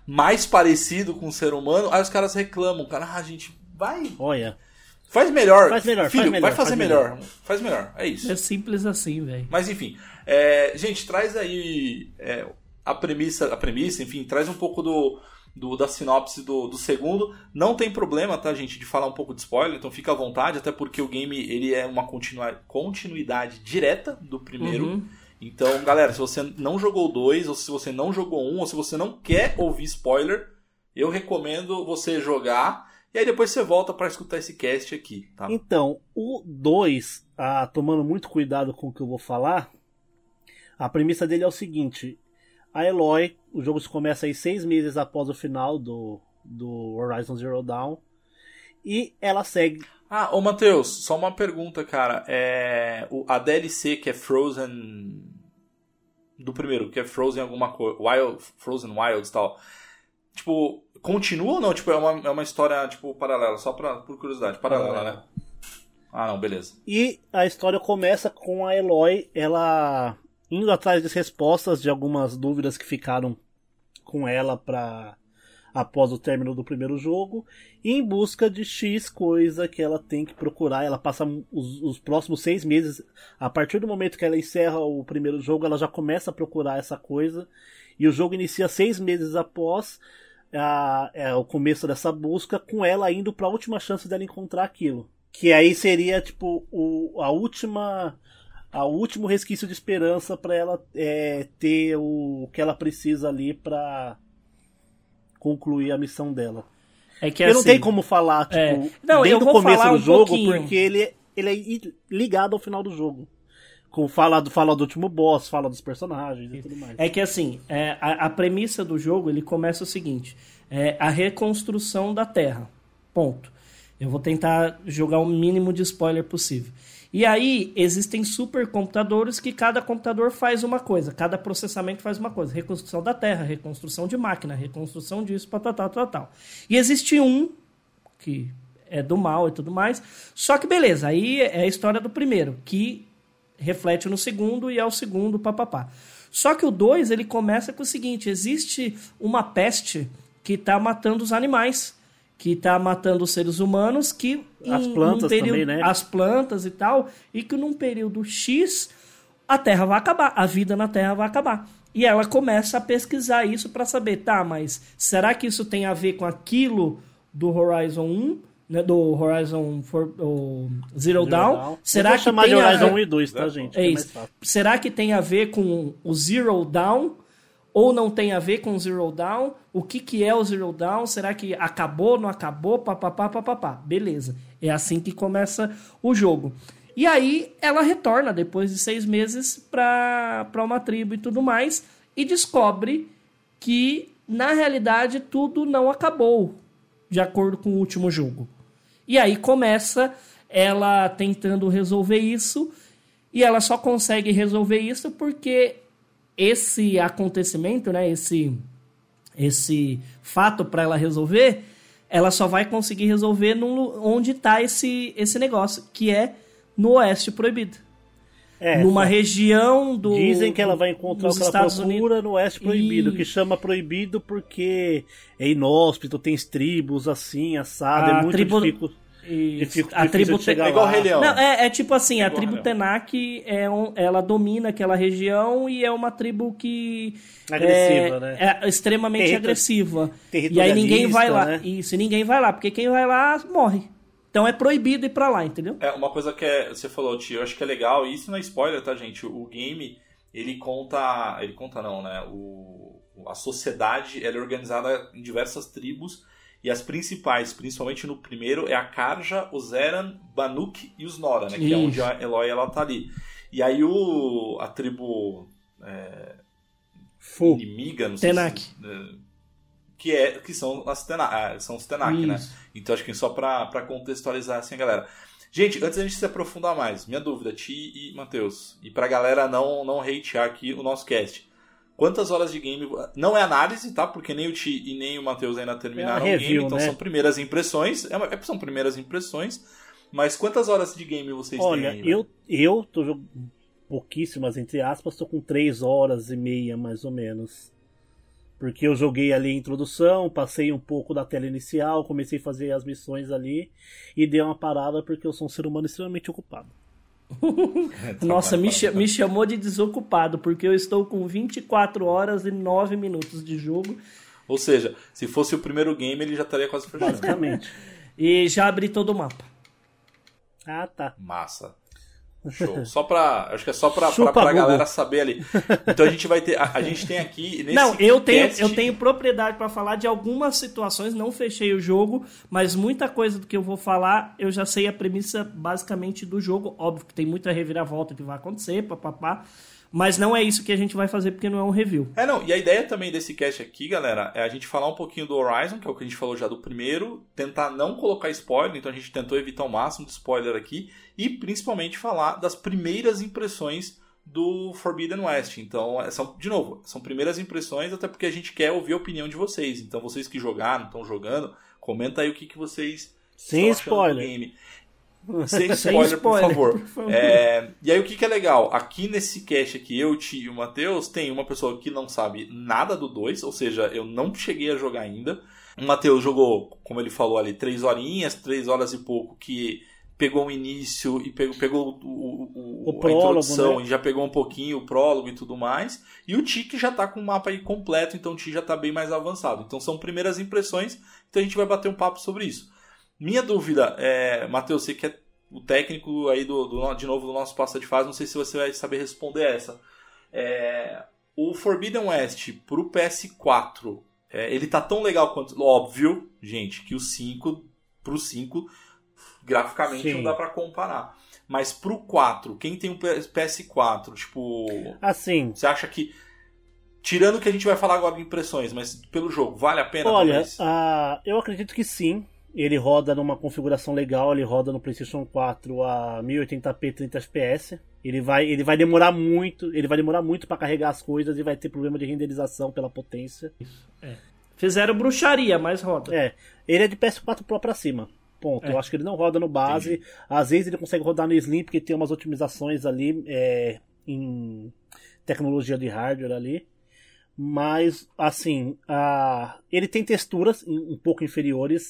mais parecido com o ser humano, aí os caras reclamam, cara, a gente vai... Olha... Faz melhor. Filho, vai fazer melhor. Faz melhor, é isso. É simples assim, velho. Mas enfim, gente, traz aí a premissa, enfim, traz um pouco da sinopse do segundo. Não tem problema, tá, gente, de falar um pouco de spoiler, então fica à vontade, até porque o game ele é uma continuidade direta do primeiro. Então, galera, se você não jogou o 2, ou se você não jogou um, ou se você não quer ouvir spoiler, eu recomendo você jogar. E aí depois você volta para escutar esse cast aqui, tá? Então, o 2, tomando muito cuidado com o que eu vou falar, a premissa dele é o seguinte: a Aloy, o jogo se começa aí 6 meses após o final do Horizon Zero Dawn, e ela segue... Ô Matheus, só uma pergunta, cara. A DLC que é Frozen... do primeiro, que é Frozen alguma coisa... Frozen Wilds e tal... Tipo, continua ou não? Tipo, é uma história, tipo, paralela, só por curiosidade. Paralela, né? Não, beleza. E a história começa com a Aloy, ela indo atrás das respostas de algumas dúvidas que ficaram com ela após o término do primeiro jogo, e em busca de X coisa que ela tem que procurar. Ela passa os próximos 6 meses, a partir do momento que ela encerra o primeiro jogo, ela já começa a procurar essa coisa, e o jogo inicia 6 meses após o começo dessa busca, com ela indo para a última chance dela encontrar aquilo. Que aí seria tipo o último resquício de esperança para ela ter o que ela precisa ali para concluir a missão dela. É que eu não tenho como falar desde o começo do jogo, porque ele é ligado ao final do jogo. Fala do último boss, fala dos personagens e tudo mais. É que assim, a premissa do jogo, ele começa o seguinte: a reconstrução da Terra. Ponto. Eu vou tentar jogar o mínimo de spoiler possível. E aí, existem supercomputadores que cada computador faz uma coisa, cada processamento faz uma coisa. Reconstrução da Terra, reconstrução de máquina, reconstrução disso, tal. E existe um que é do mal e tudo mais. Só que beleza, aí é a história do primeiro, que reflete no segundo e é o segundo, papapá. Só que o 2, ele começa com o seguinte: existe uma peste que está matando os animais, que está matando os seres humanos, que as plantas também, né? As plantas e tal, e que num período X a Terra vai acabar, a vida na Terra vai acabar. E ela começa a pesquisar isso para saber, mas será que isso tem a ver com aquilo do Horizon 1? Né, do Horizon Zero Dawn. Será que chamar de Horizon 1 e 2, tá, gente? É isso. Será que tem a ver com o Zero Dawn? Ou não tem a ver com o Zero Dawn? O que é o Zero Dawn? Será que acabou, não acabou? Papapá. Beleza. É assim que começa o jogo. E aí ela retorna depois de 6 meses para uma tribo e tudo mais, e descobre que na realidade tudo não acabou, de acordo com o último jogo. E aí começa ela tentando resolver isso, e ela só consegue resolver isso porque esse acontecimento, né, esse fato para ela resolver, ela só vai conseguir resolver onde está esse negócio, que é no Oeste Proibido. Numa região do... Dizem que ela vai encontrar o que ela procura no Oeste Proibido, que chama Proibido porque é inóspito, tem tribos assim, assado, é muito difícil. A tribo de chegar é igual lá. Rei Leão. Não, tipo assim, a tribo Tenak ela domina aquela região e é uma tribo que agressiva, né? É extremamente agressiva. E aí ninguém vai lá. Né? Isso, e ninguém vai lá, porque quem vai lá morre. Então é proibido ir pra lá, entendeu? Uma coisa que você falou, tio, eu acho que é legal, e isso não é spoiler, tá, gente? O game, ele conta não, né? A sociedade, ela é organizada em diversas tribos, e as principais, principalmente no primeiro, é a Karja, os Zeran, Banuk e os Nora, né? Que é onde a Aloy, ela tá ali. E aí a tribo inimiga, não sei Tenak. que são os Tenak, né? Então acho que só pra contextualizar assim, galera. Gente, antes da gente se aprofundar mais, minha dúvida, Ti e Matheus, e pra galera não hatear aqui o nosso cast. Quantas horas de game... Não é análise, tá? Porque nem o Ti e nem o Matheus ainda terminaram o game, então, né? São primeiras impressões. São primeiras impressões. Mas quantas horas de game vocês têm aí? Olha, eu tô jogando pouquíssimas, entre aspas, tô com 3 horas e meia, mais ou menos. Porque eu joguei ali a introdução, passei um pouco da tela inicial, comecei a fazer as missões ali e dei uma parada porque eu sou um ser humano extremamente ocupado. Nossa, me chamou de desocupado, porque eu estou com 24 horas e 9 minutos de jogo. Ou seja, se fosse o primeiro game, ele já estaria quase fechando. Basicamente. E já abri todo o mapa. Ah, tá. Massa. Show. Acho que é só pra Chupa, galera saber ali. Então a gente vai ter. A gente tem aqui. Nesse Não, eu cast... tenho propriedade pra falar de algumas situações, não fechei o jogo, mas muita coisa do que eu vou falar, eu já sei a premissa basicamente do jogo. Óbvio que tem muita reviravolta que vai acontecer, papapá. Mas não é isso que a gente vai fazer porque não é um review. E a ideia também desse cast aqui, galera, é a gente falar um pouquinho do Horizon, que é o que a gente falou já do primeiro, tentar não colocar spoiler, então a gente tentou evitar o máximo de spoiler aqui, e principalmente falar das primeiras impressões do Forbidden West. Então, são primeiras impressões, até porque a gente quer ouvir a opinião de vocês. Então, vocês que jogaram, estão jogando, comenta aí o que vocês sem estão achando do spoiler. game. Sem spoiler, por favor. E aí o que é legal? Aqui nesse cast aqui, eu, Ti e o Matheus, tem uma pessoa que não sabe nada do 2, ou seja, eu não cheguei a jogar ainda. O Matheus jogou, como ele falou ali, 3 horas e pouco, que pegou o início e pegou o a prólogo, introdução, né? E já pegou um pouquinho o prólogo e tudo mais. E o Ti que já tá com o mapa aí completo, então o Ti já tá bem mais avançado. Então são primeiras impressões, então a gente vai bater um papo sobre isso. Minha dúvida é, Matheus, você que é o técnico aí de novo do nosso passa de fase, não sei se você vai saber responder essa. O Forbidden West pro PS4, ele tá tão legal quanto... Óbvio, gente, que o 5 pro 5 graficamente não dá pra comparar. Mas pro 4, quem tem um PS4, tipo... Assim... Você acha que... Tirando o que a gente vai falar agora de impressões, mas pelo jogo, vale a pena? Olha, eu acredito que sim. Ele roda numa configuração legal, ele roda no PlayStation 4 a 1080p 30 fps. Ele vai demorar muito para carregar as coisas e vai ter problema de renderização pela potência. Fizeram bruxaria, mas roda. Ele é de PS4 Pro pra cima. Ponto. Eu acho que ele não roda no base. Entendi. Às vezes ele consegue rodar no Slim porque tem umas otimizações ali em tecnologia de hardware ali. Mas, assim, ele tem texturas um pouco inferiores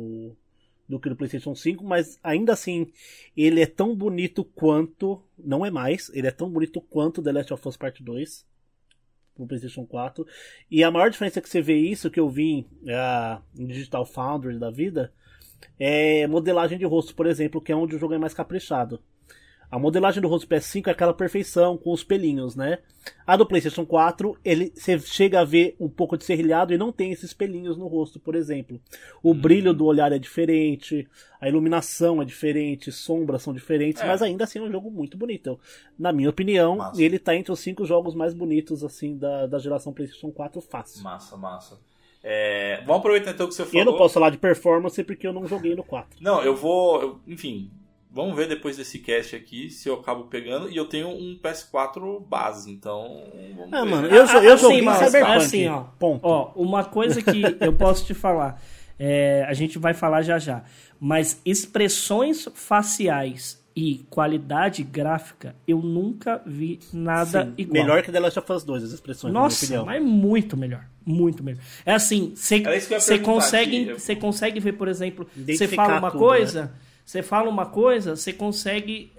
do que no PlayStation 5, mas ainda assim, ele é tão bonito quanto, não é mais, ele é tão bonito quanto The Last of Us Part 2 no PlayStation 4. E a maior diferença que você vê isso, que eu vi em Digital Foundry da vida, é modelagem de rosto, por exemplo, que é onde o jogo é mais caprichado. A modelagem do rosto do PS5 é aquela perfeição, com os pelinhos, né? A do PlayStation 4, você chega a ver um pouco de serrilhado e não tem esses pelinhos no rosto, por exemplo. O brilho do olhar é diferente, a iluminação é diferente, sombras são diferentes, mas ainda assim é um jogo muito bonito. Na minha opinião, ele tá entre os 5 jogos mais bonitos assim da geração PlayStation 4 fácil. Massa. Vamos aproveitar então que você falou. Eu não posso falar de performance porque eu não joguei no 4. Não, enfim... Vamos ver depois desse cast aqui se eu acabo pegando. E eu tenho um PS4 base, então... Vamos ver. Mano, eu joguei Cyberpunk. Assim, ponto. Uma coisa que eu posso te falar, a gente vai falar já, mas expressões faciais e qualidade gráfica, eu nunca vi nada igual. Melhor que The Last of Us 2, as expressões, nossa, na minha opinião. Mas muito melhor. Muito melhor. É assim, você consegue ver, por exemplo, você fala uma coisa... Né? Você fala uma coisa, você consegue...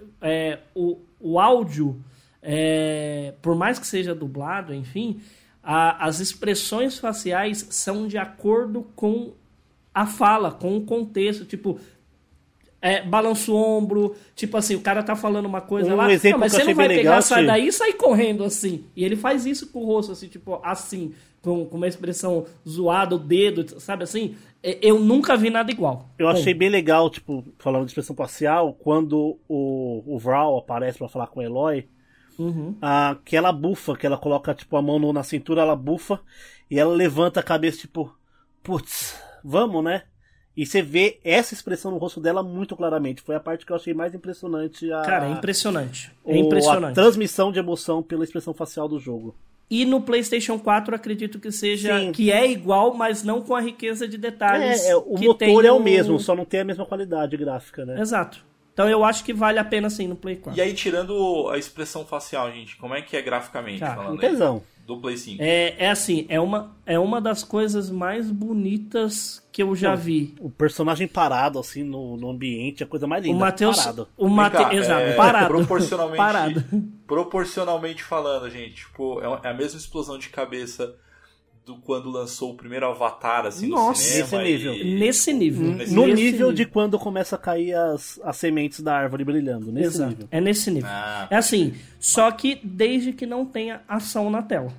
o áudio, por mais que seja dublado, enfim, as expressões faciais são de acordo com a fala, com o contexto. Tipo, balança o ombro, tipo assim, o cara tá falando uma coisa lá, mas você não vai pegar, sai daí e sair correndo assim. E ele faz isso com o rosto, assim, tipo, assim, com uma expressão zoada, o dedo, sabe assim? Eu nunca vi nada igual. Eu achei bem legal, tipo, falando de expressão facial, quando o Vral aparece pra falar com o Eloy, que ela bufa, que ela coloca, tipo, a mão na cintura, ela bufa, e ela levanta a cabeça, tipo, putz, vamos, né? E você vê essa expressão no rosto dela muito claramente. Foi a parte que eu achei mais impressionante. Cara, é impressionante. A transmissão de emoção pela expressão facial do jogo. E no PlayStation 4 acredito que seja... Que é igual, mas não com a riqueza de detalhes. O motor é o mesmo, só não tem a mesma qualidade gráfica, né? Exato. Então eu acho que vale a pena sim no Play 4. E aí, tirando a expressão facial, gente, como é que é graficamente? Falando um tesão. do Play 5. É assim, é uma das coisas mais bonitas que eu já vi. O personagem parado, assim, no ambiente, é a coisa mais linda. O Matheus... Parado. Exato, parado. Proporcionalmente, proporcionalmente falando, gente, tipo, é a mesma explosão de cabeça do quando lançou o primeiro Avatar, assim, Nossa, no cinema. Nesse nível. No nível de quando começa a cair as sementes da árvore brilhando. Nesse Exato. nível. É nesse nível. É assim, só que desde que não tenha ação na tela.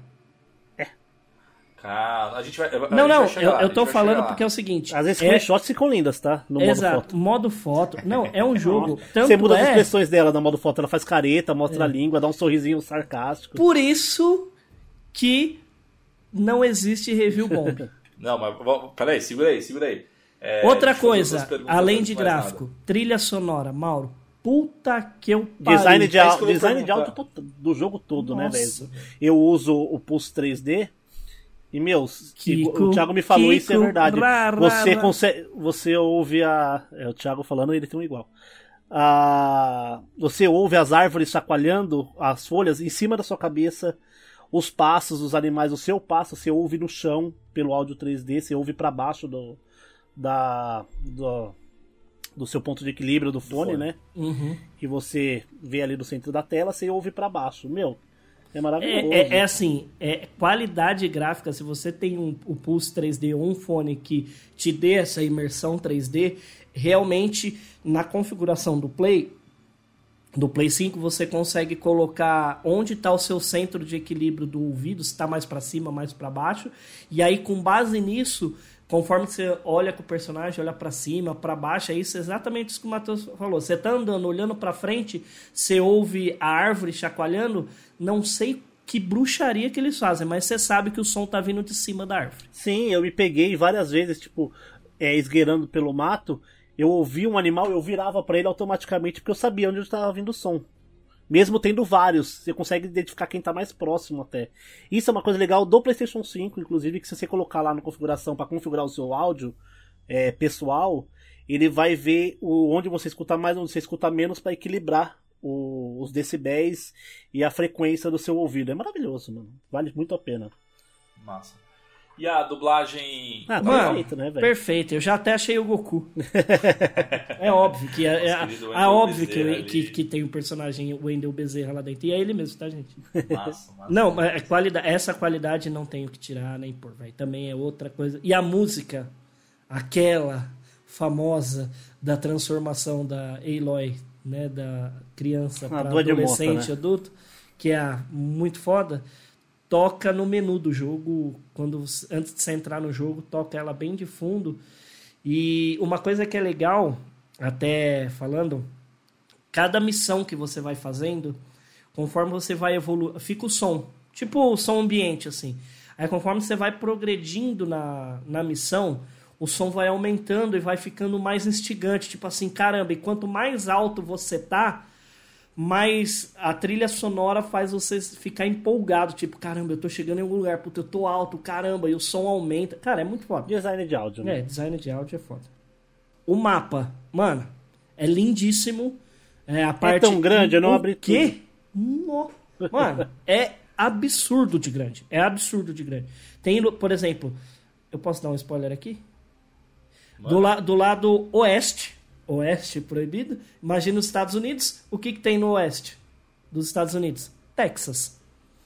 Cara, a gente vai. Eu tô falando porque é o seguinte. As screenshots ficam lindas, tá? No modo foto. Modo foto. Não, é um jogo. Tanto você muda as expressões dela no modo foto. Ela faz careta, mostra a língua, dá um sorrisinho sarcástico. Por isso que não existe review bomb. Não, mas peraí, segura aí. Outra coisa, além de gráfico, trilha sonora, Mauro. Puta que eu pariu. Design de áudio do jogo todo, né, velho? Eu uso o Pulse 3D. E, meu, o Thiago me falou isso, é verdade. Você ouve o Thiago falando, ele tem um igual. Você ouve as árvores chacoalhando, as folhas em cima da sua cabeça, os passos dos animais, o seu passo, você ouve no chão pelo áudio 3D, você ouve pra baixo do seu ponto de equilíbrio do fone, né? Uhum. Que você vê ali no centro da tela, você ouve pra baixo. Meu, é maravilhoso. É assim, qualidade gráfica, se você tem o Pulse 3D ou um fone que te dê essa imersão 3D, realmente na configuração do Play 5 você consegue colocar onde está o seu centro de equilíbrio do ouvido, se está mais para cima, mais para baixo, e aí com base nisso, conforme você olha com o personagem, olha para cima, para baixo, é isso exatamente isso que o Matheus falou. Você tá andando, olhando para frente, você ouve a árvore chacoalhando, não sei que bruxaria que eles fazem, mas você sabe que o som tá vindo de cima da árvore. Sim, eu me peguei várias vezes, tipo, esgueirando pelo mato, eu ouvi um animal, eu virava pra ele automaticamente, porque eu sabia onde estava vindo o som. Mesmo tendo vários, você consegue identificar quem tá mais próximo até. Isso é uma coisa legal do PlayStation 5, inclusive, que se você colocar lá na configuração para configurar o seu áudio pessoal, ele vai ver onde você escuta mais, onde você escuta menos, para equilibrar os decibéis e a frequência do seu ouvido. É maravilhoso, mano. Vale muito a pena. Massa. E a dublagem... Perfeito, né, velho? Perfeito. Eu já até achei o Goku. É óbvio que óbvio que tem um personagem, o Wendell Bezerra lá dentro. E é ele mesmo, tá, gente? Massa. Não, mas essa qualidade não tenho que tirar nem pôr, velho. Também é outra coisa. E a música, aquela famosa da transformação da Aloy, né, da criança para adolescente, monta, né? Adulto, que é muito foda, toca no menu do jogo, antes de você entrar no jogo, toca ela bem de fundo. E uma coisa que é legal, até falando, cada missão que você vai fazendo, conforme você vai evoluir, fica o som, tipo o som ambiente, assim. Aí conforme você vai progredindo na missão, o som vai aumentando e vai ficando mais instigante, tipo assim, caramba, e quanto mais alto você tá, mais a trilha sonora faz você ficar empolgado, tipo, caramba, eu tô chegando em algum lugar, puta, eu tô alto, caramba, e o som aumenta. Cara, é muito foda. Design de áudio, né? Design de áudio é foda. O mapa, mano, é lindíssimo. A parte... tão grande, eu não abri tudo. Quê? Mano, é absurdo de grande. É absurdo de grande. Tem, por exemplo, eu posso dar um spoiler aqui? Do lado oeste proibido. Imagina os Estados Unidos. O que tem no oeste dos Estados Unidos? Texas.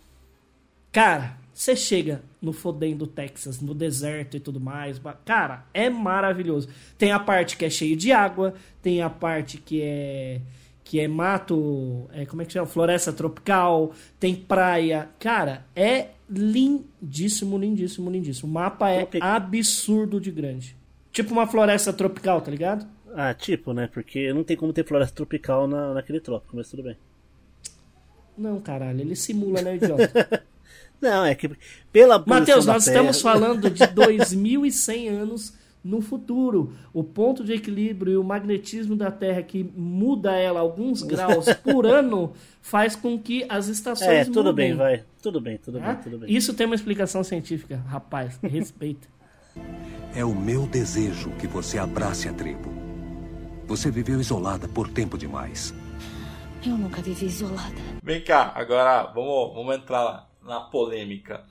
Cara, você chega no fodendo Texas, no deserto e tudo mais. Cara, é maravilhoso. Tem a parte que é cheio de água. Tem a parte que é mato. Como é que chama? Floresta tropical. Tem praia. Cara, é lindíssimo, lindíssimo, lindíssimo. O mapa é absurdo de grande. Tipo uma floresta tropical, tá ligado? Tipo, né? Porque não tem como ter floresta tropical naquele trópico, mas tudo bem. Não, caralho, ele simula, né, idiota? Não, é que pela Matheus, nós estamos falando de 2100 anos no futuro. O ponto de equilíbrio e o magnetismo da Terra, que muda ela alguns graus por ano, faz com que as estações tudo mudem. Bem, vai. Tudo bem. Isso tem uma explicação científica, rapaz. Respeita. É o meu desejo que você abrace a tribo. Você viveu isolada por tempo demais. Eu nunca vivi isolada. Vem cá, agora vamos entrar na polêmica.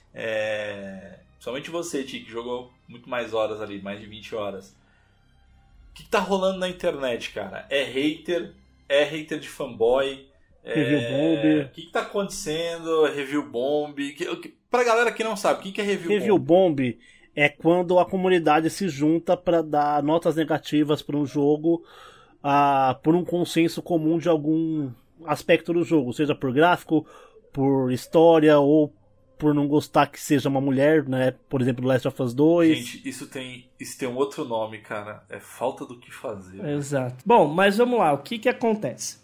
Somente você, Ti, que jogou muito mais horas ali, mais de 20 horas. O que tá rolando na internet, cara? É hater de fanboy? Review bomb. O que tá acontecendo? Review bomb? Pra galera que não sabe, o que é review bomb? Review bomb é quando a comunidade se junta para dar notas negativas para um jogo por um consenso comum de algum aspecto do jogo, seja por gráfico, por história ou por não gostar que seja uma mulher, né? Por exemplo, Last of Us 2. Gente, isso tem um outro nome, cara. É falta do que fazer. Exato. Bom, mas vamos lá. O que acontece?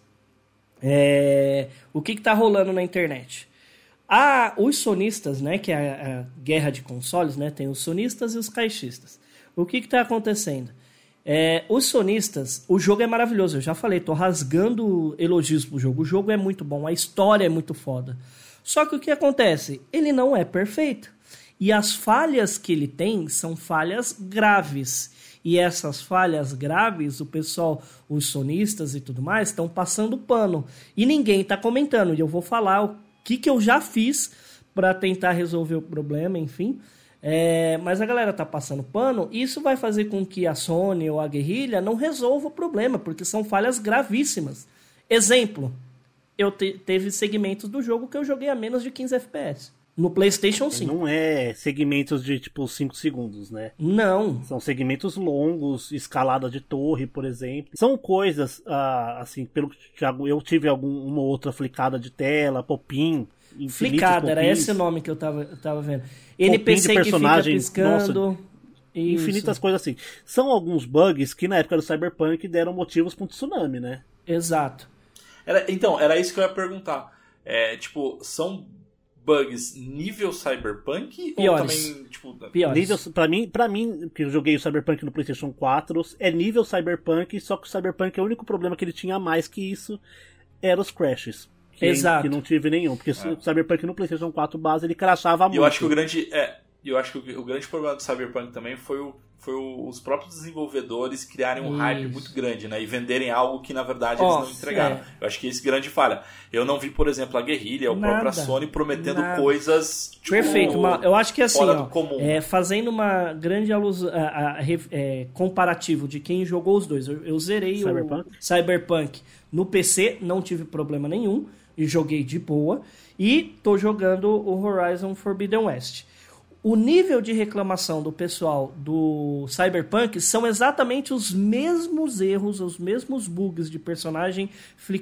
O que tá rolando na internet? Os sonistas, né? Que é a guerra de consoles, né? Tem os sonistas e os caixistas. O que tá acontecendo? Os sonistas, o jogo é maravilhoso. Eu já falei, tô rasgando elogios pro jogo. O jogo é muito bom, a história é muito foda. Só que o que acontece? Ele não é perfeito. E as falhas que ele tem são falhas graves. E essas falhas graves, o pessoal, os sonistas e tudo mais, estão passando pano. E ninguém está comentando. E eu vou falar o que eu já fiz para tentar resolver o problema, enfim. Mas a galera tá passando pano. E isso vai fazer com que a Sony ou a Guerrilla não resolva o problema, porque são falhas gravíssimas. Exemplo. Teve segmentos do jogo que eu joguei a menos de 15 FPS. No PlayStation 5. Não é segmentos de tipo 5 segundos, né? Não. São segmentos longos, escalada de torre, por exemplo. São coisas, assim, pelo que eu tive uma outra flicada de tela, popin. Flicada, era esse o nome que eu tava vendo. NPC que fica piscando. Nossa, infinitas coisas assim. São alguns bugs que na época do Cyberpunk deram motivos para um tsunami, né? Exato. Era isso que eu ia perguntar. São bugs nível Cyberpunk? Piores. Ou também, tipo... Piores. Nível, pra mim, que eu joguei o Cyberpunk no PlayStation 4, é nível Cyberpunk, só que o Cyberpunk, o único problema que ele tinha a mais que isso era os crashes. Exato. Que não tive nenhum, porque o Cyberpunk no PlayStation 4 base, ele crashava muito. Eu acho que o grande problema do Cyberpunk também foi os próprios desenvolvedores criarem um hype muito grande, né? E venderem algo que, na verdade, eles não entregaram. Eu acho que esse grande falha. Eu não vi, por exemplo, a Guerrilla ou a própria Sony prometendo coisas... Tipo, perfeito. Eu acho que assim, fazendo uma grande alusão, comparativo de quem jogou os dois. Eu zerei o Cyberpunk no PC, não tive problema nenhum, e joguei de boa. E tô jogando o Horizon Forbidden West. O nível de reclamação do pessoal do Cyberpunk são exatamente os mesmos erros, os mesmos bugs de personagem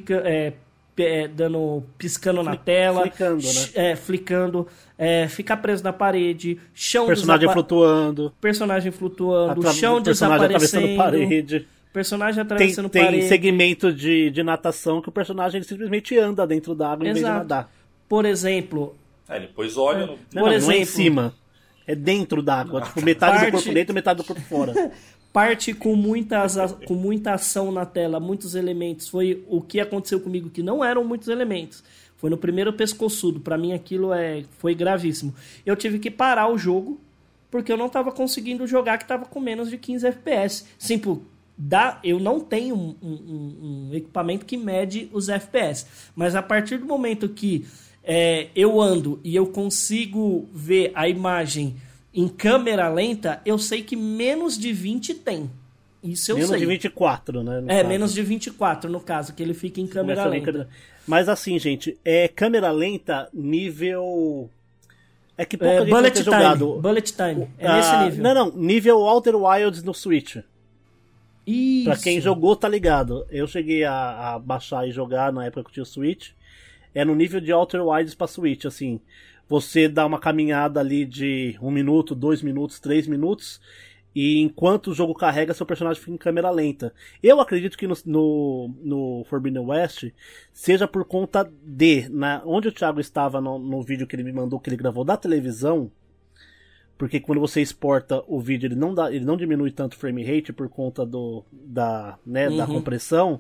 piscando na tela, flicando, ficar preso na parede, chão personagem flutuando, chão desaparecendo, personagem atravessando parede. Tem segmento de natação que o personagem simplesmente anda dentro da água em vez de nadar. Por exemplo... ele pôs óleo no... Não é em cima. É dentro d'água, tipo, metade do corpo dentro, metade do corpo fora. Parte com muita ação na tela, muitos elementos. Foi o que aconteceu comigo, que não eram muitos elementos. Foi no primeiro pescoçudo. Pra mim aquilo foi gravíssimo. Eu tive que parar o jogo, porque eu não tava conseguindo jogar, que tava com menos de 15 FPS. Eu não tenho um equipamento que mede os FPS. Mas a partir do momento que eu ando e eu consigo ver a imagem em câmera lenta, eu sei que menos de 20 tem. Isso eu sei. Menos de 24, né? Menos de 24 no caso, que ele fica em câmera lenta. Mas assim, gente, é câmera lenta nível... É que pouca gente vai ter jogado. Bullet time, nesse nível. Não, nível Outer Wilds no Switch. Isso. Pra quem jogou, tá ligado. Eu cheguei a baixar e jogar na época que eu tinha o Switch. É no nível de Outer Wilds pra Switch, assim. Você dá uma caminhada ali de 1 minuto, 2 minutos, 3 minutos, e enquanto o jogo carrega, seu personagem fica em câmera lenta. Eu acredito que no Forbidden West seja por conta onde o Thiago estava no vídeo que ele me mandou, que ele gravou da televisão, porque quando você exporta o vídeo, ele não diminui tanto o frame rate por conta da compressão.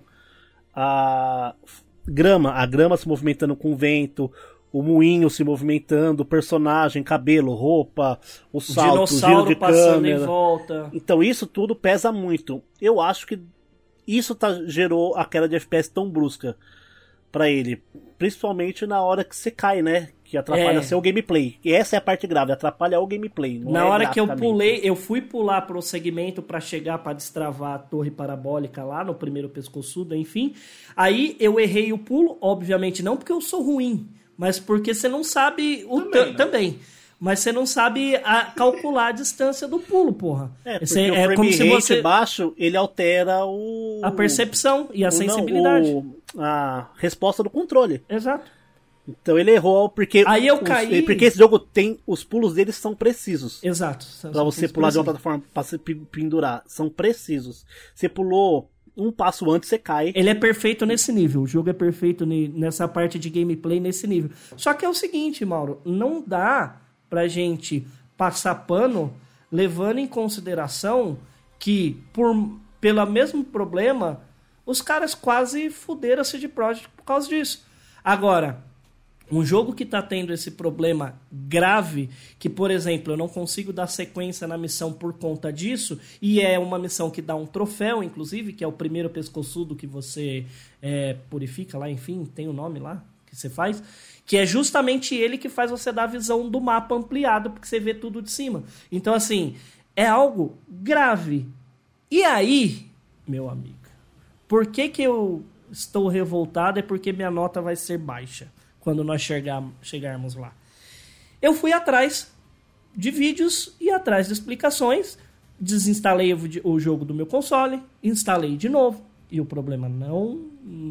A grama se movimentando com o vento, o moinho se movimentando, o personagem, cabelo, roupa, o salto, o giro de câmera. Em volta. Então isso tudo pesa muito. Eu acho que isso gerou a queda de FPS tão brusca pra ele. Principalmente na hora que você cai, né? Que atrapalha seu gameplay. E essa é a parte grave, atrapalha o gameplay. Na hora que eu pulei, eu fui pular pro segmento pra chegar pra destravar a torre parabólica lá no primeiro pescoçudo, enfim. Aí eu errei o pulo, obviamente não porque eu sou ruim, mas porque você não sabe também. Mas você não sabe calcular a distância do pulo, porra. Porque o frame como se você baixo, ele altera a percepção e a sensibilidade. A resposta do controle. Exato. Então ele errou, porque aí eu caí. Porque esse jogo tem. Os pulos deles são precisos. Exato. Pra você pular de uma plataforma pra se pendurar. São precisos. Você pulou um passo antes, você cai. Ele é perfeito nesse nível. O jogo é perfeito nessa parte de gameplay nesse nível. Só que é o seguinte, Mauro. Não dá pra gente passar pano levando em consideração que, pelo mesmo problema, os caras quase fuderam a CD Projekt por causa disso. Agora, um jogo que está tendo esse problema grave, que, por exemplo, eu não consigo dar sequência na missão por conta disso, e é uma missão que dá um troféu, inclusive, que é o primeiro pescoçudo que você purifica lá, enfim, tem o nome lá que você faz, que é justamente ele que faz você dar a visão do mapa ampliado, porque você vê tudo de cima. Então, assim, é algo grave. E aí, meu amigo, por que eu estou revoltado? É porque minha nota vai ser baixa quando nós chegarmos lá. Eu fui atrás de vídeos e atrás de explicações, desinstalei o jogo do meu console, instalei de novo, e o problema não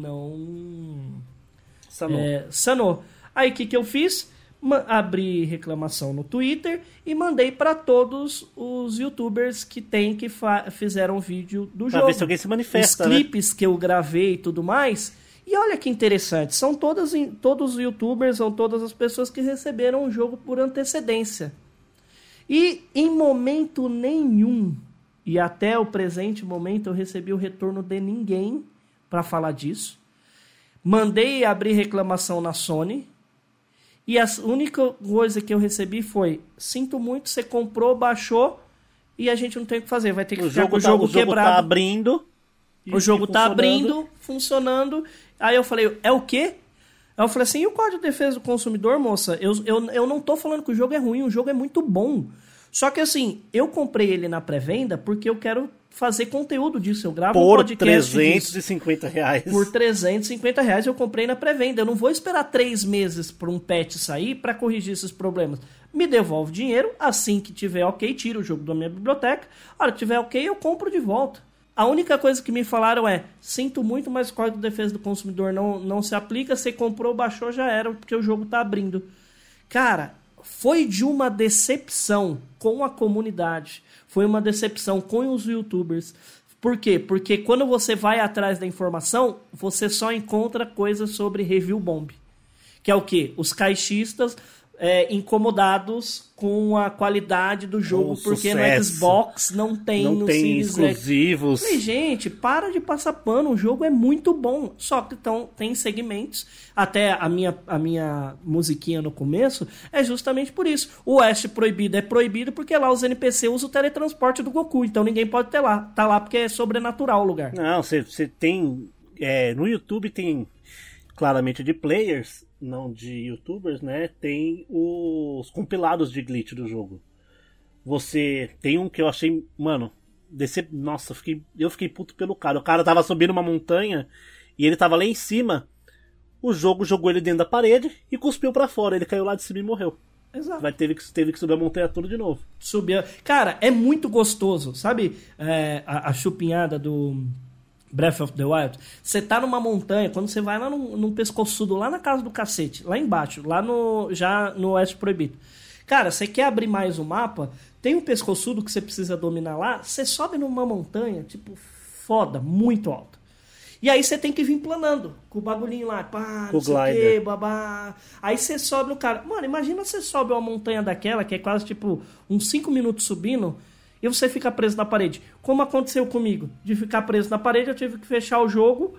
sanou. Aí o que eu fiz? Abri reclamação no Twitter e mandei para todos os youtubers que fizeram vídeo do jogo. Pra ver se alguém se manifesta, os clipes que eu gravei e tudo mais. E olha que interessante, são todos os youtubers, são todas as pessoas que receberam o jogo por antecedência. E em momento nenhum, e até o presente momento, eu recebi o retorno de ninguém para falar disso. Mandei abrir reclamação na Sony, e a única coisa que eu recebi foi: sinto muito, você comprou, baixou, e a gente não tem o que fazer, vai ter que ficar com o jogo quebrado. O jogo tá abrindo. O jogo tá abrindo, funcionando. Aí eu falei, é o quê? Aí eu falei assim, e o Código de Defesa do Consumidor, moça? Eu não tô falando que o jogo é ruim, o jogo é muito bom. Só que assim, eu comprei ele na pré-venda porque eu quero fazer conteúdo disso. Eu gravo um podcast R$350. Por R$350 eu comprei na pré-venda. Eu não vou esperar 3 meses para um patch sair para corrigir esses problemas. Me devolve dinheiro, assim que tiver ok, tiro o jogo da minha biblioteca. A hora que tiver ok, eu compro de volta. A única coisa que me falaram é: sinto muito, mas o Código de Defesa do Consumidor não se aplica. Você comprou, baixou, já era, porque o jogo tá abrindo. Cara, foi de uma decepção com a comunidade. Foi uma decepção com os youtubers. Por quê? Porque quando você vai atrás da informação, você só encontra coisas sobre review bomb. Que é o quê? Os caixistas incomodados com a qualidade do jogo, porque no Xbox não tem exclusivos. E, gente, para de passar pano, o jogo é muito bom, só que tem segmentos, até a minha musiquinha no começo é justamente por isso. O Oeste Proibido é proibido porque lá os NPC usam o teletransporte do Goku, então ninguém pode ter lá, tá lá porque é sobrenatural o lugar. Não, você tem no YouTube tem claramente de players, não de youtubers, né? Tem os compilados de glitch do jogo. Você tem um que eu achei, mano, nossa, eu fiquei puto pelo cara. O cara tava subindo uma montanha e ele tava lá em cima. O jogo jogou ele dentro da parede e cuspiu pra fora. Ele caiu lá de cima e morreu. Exato. Teve que subir a montanha toda de novo. Cara, é muito gostoso, sabe? A chupinhada do Breath of the Wild. Você tá numa montanha, quando você vai lá num pescoçudo, lá na casa do cacete, lá embaixo, já no Oeste Proibido. Cara, você quer abrir mais o mapa, tem um pescoçudo que você precisa dominar lá, você sobe numa montanha, tipo, foda, muito alta. E aí você tem que vir planando, com o bagulhinho lá, pá, não sei o que, babá. Aí você sobe no cara. Mano, imagina você sobe uma montanha daquela, que é quase tipo uns 5 minutos subindo, e você fica preso na parede. Como aconteceu comigo? De ficar preso na parede, eu tive que fechar o jogo,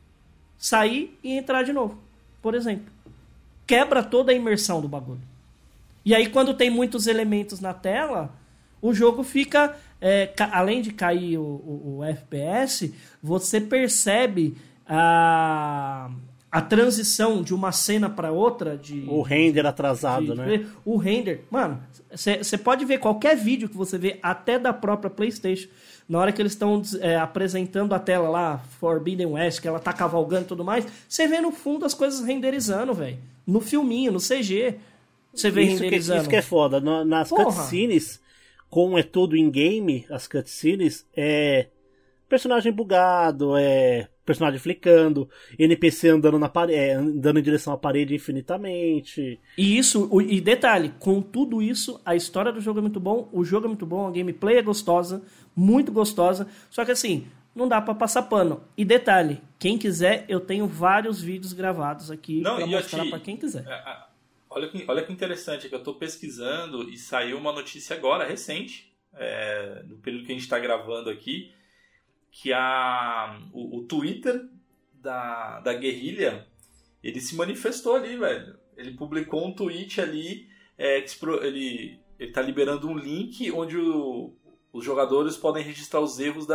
sair e entrar de novo, por exemplo. Quebra toda a imersão do bagulho. E aí, quando tem muitos elementos na tela, o jogo fica... além de cair o FPS, você percebe a a transição de uma cena para outra, o render atrasado, né? O render, mano, você pode ver qualquer vídeo que você vê, até da própria PlayStation, na hora que eles estão apresentando a tela lá, Forbidden West, que ela tá cavalgando e tudo mais, você vê no fundo as coisas renderizando, velho. No filminho, no CG, você vê renderizando. Isso que é foda. Nas cutscenes, como é tudo in-game, as cutscenes, personagem bugado, personagem flicando, NPC andando andando em direção à parede infinitamente. E detalhe, com tudo isso, a história do jogo é muito bom, o jogo é muito bom, a gameplay é gostosa, muito gostosa, só que assim, não dá pra passar pano. E detalhe, quem quiser, eu tenho vários vídeos gravados aqui pra mostrar pra quem quiser. Olha que interessante, que eu tô pesquisando e saiu uma notícia agora, recente, no período que a gente tá gravando aqui, que o Twitter da Guerrilla, ele se manifestou ali, velho. Ele publicou um tweet ali, ele tá liberando um link onde os jogadores podem registrar os erros,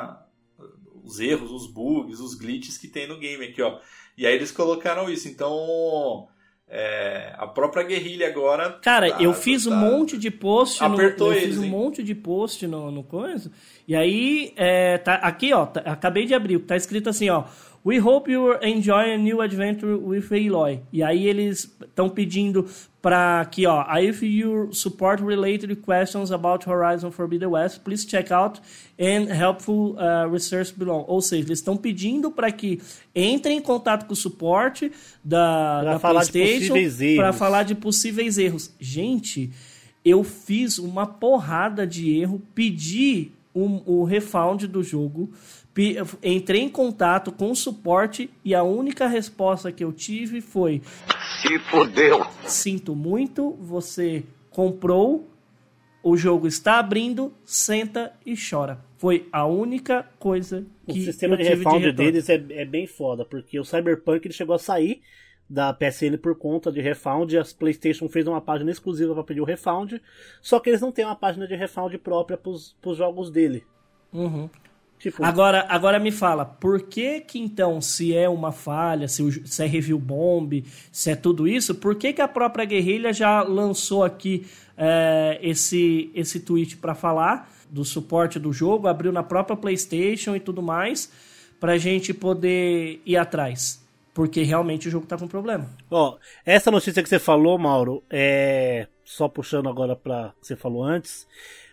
os bugs, os glitches que tem no game aqui, ó. E aí eles colocaram isso, então... a própria Guerrilla agora... Cara, eu fiz um monte de post... Fiz um monte de post no coisa. E aí, tá, aqui, ó, acabei de abrir, tá escrito assim, ó... We hope you enjoy a new adventure with Aloy. E aí eles estão pedindo pra aqui, ó... If you support related questions about Horizon Forbidden West, please check out and helpful research below. Ou seja, eles estão pedindo para que entrem em contato com o suporte da PlayStation para falar de possíveis erros. Gente, eu fiz uma porrada de erro, pedi o refund do jogo, entrei em contato com o suporte e a única resposta que eu tive foi: se fodeu. Sinto muito, você comprou, o jogo está abrindo, senta e chora. Foi a única coisa que o sistema de refund deles é bem foda, porque o Cyberpunk ele chegou a sair da PSN por conta de refund, a PlayStation fez uma página exclusiva para pedir o refund, só que eles não têm uma página de refund própria pros jogos dele. Uhum. Tipo... Agora me fala, por que então, se é uma falha, se é review bomb, se é tudo isso, por que a própria Guerrilla já lançou aqui esse tweet para falar do suporte do jogo, abriu na própria PlayStation e tudo mais, pra gente poder ir atrás? Porque realmente o jogo tá com problema. Ó, essa notícia que você falou, Mauro, só puxando agora pra que você falou antes,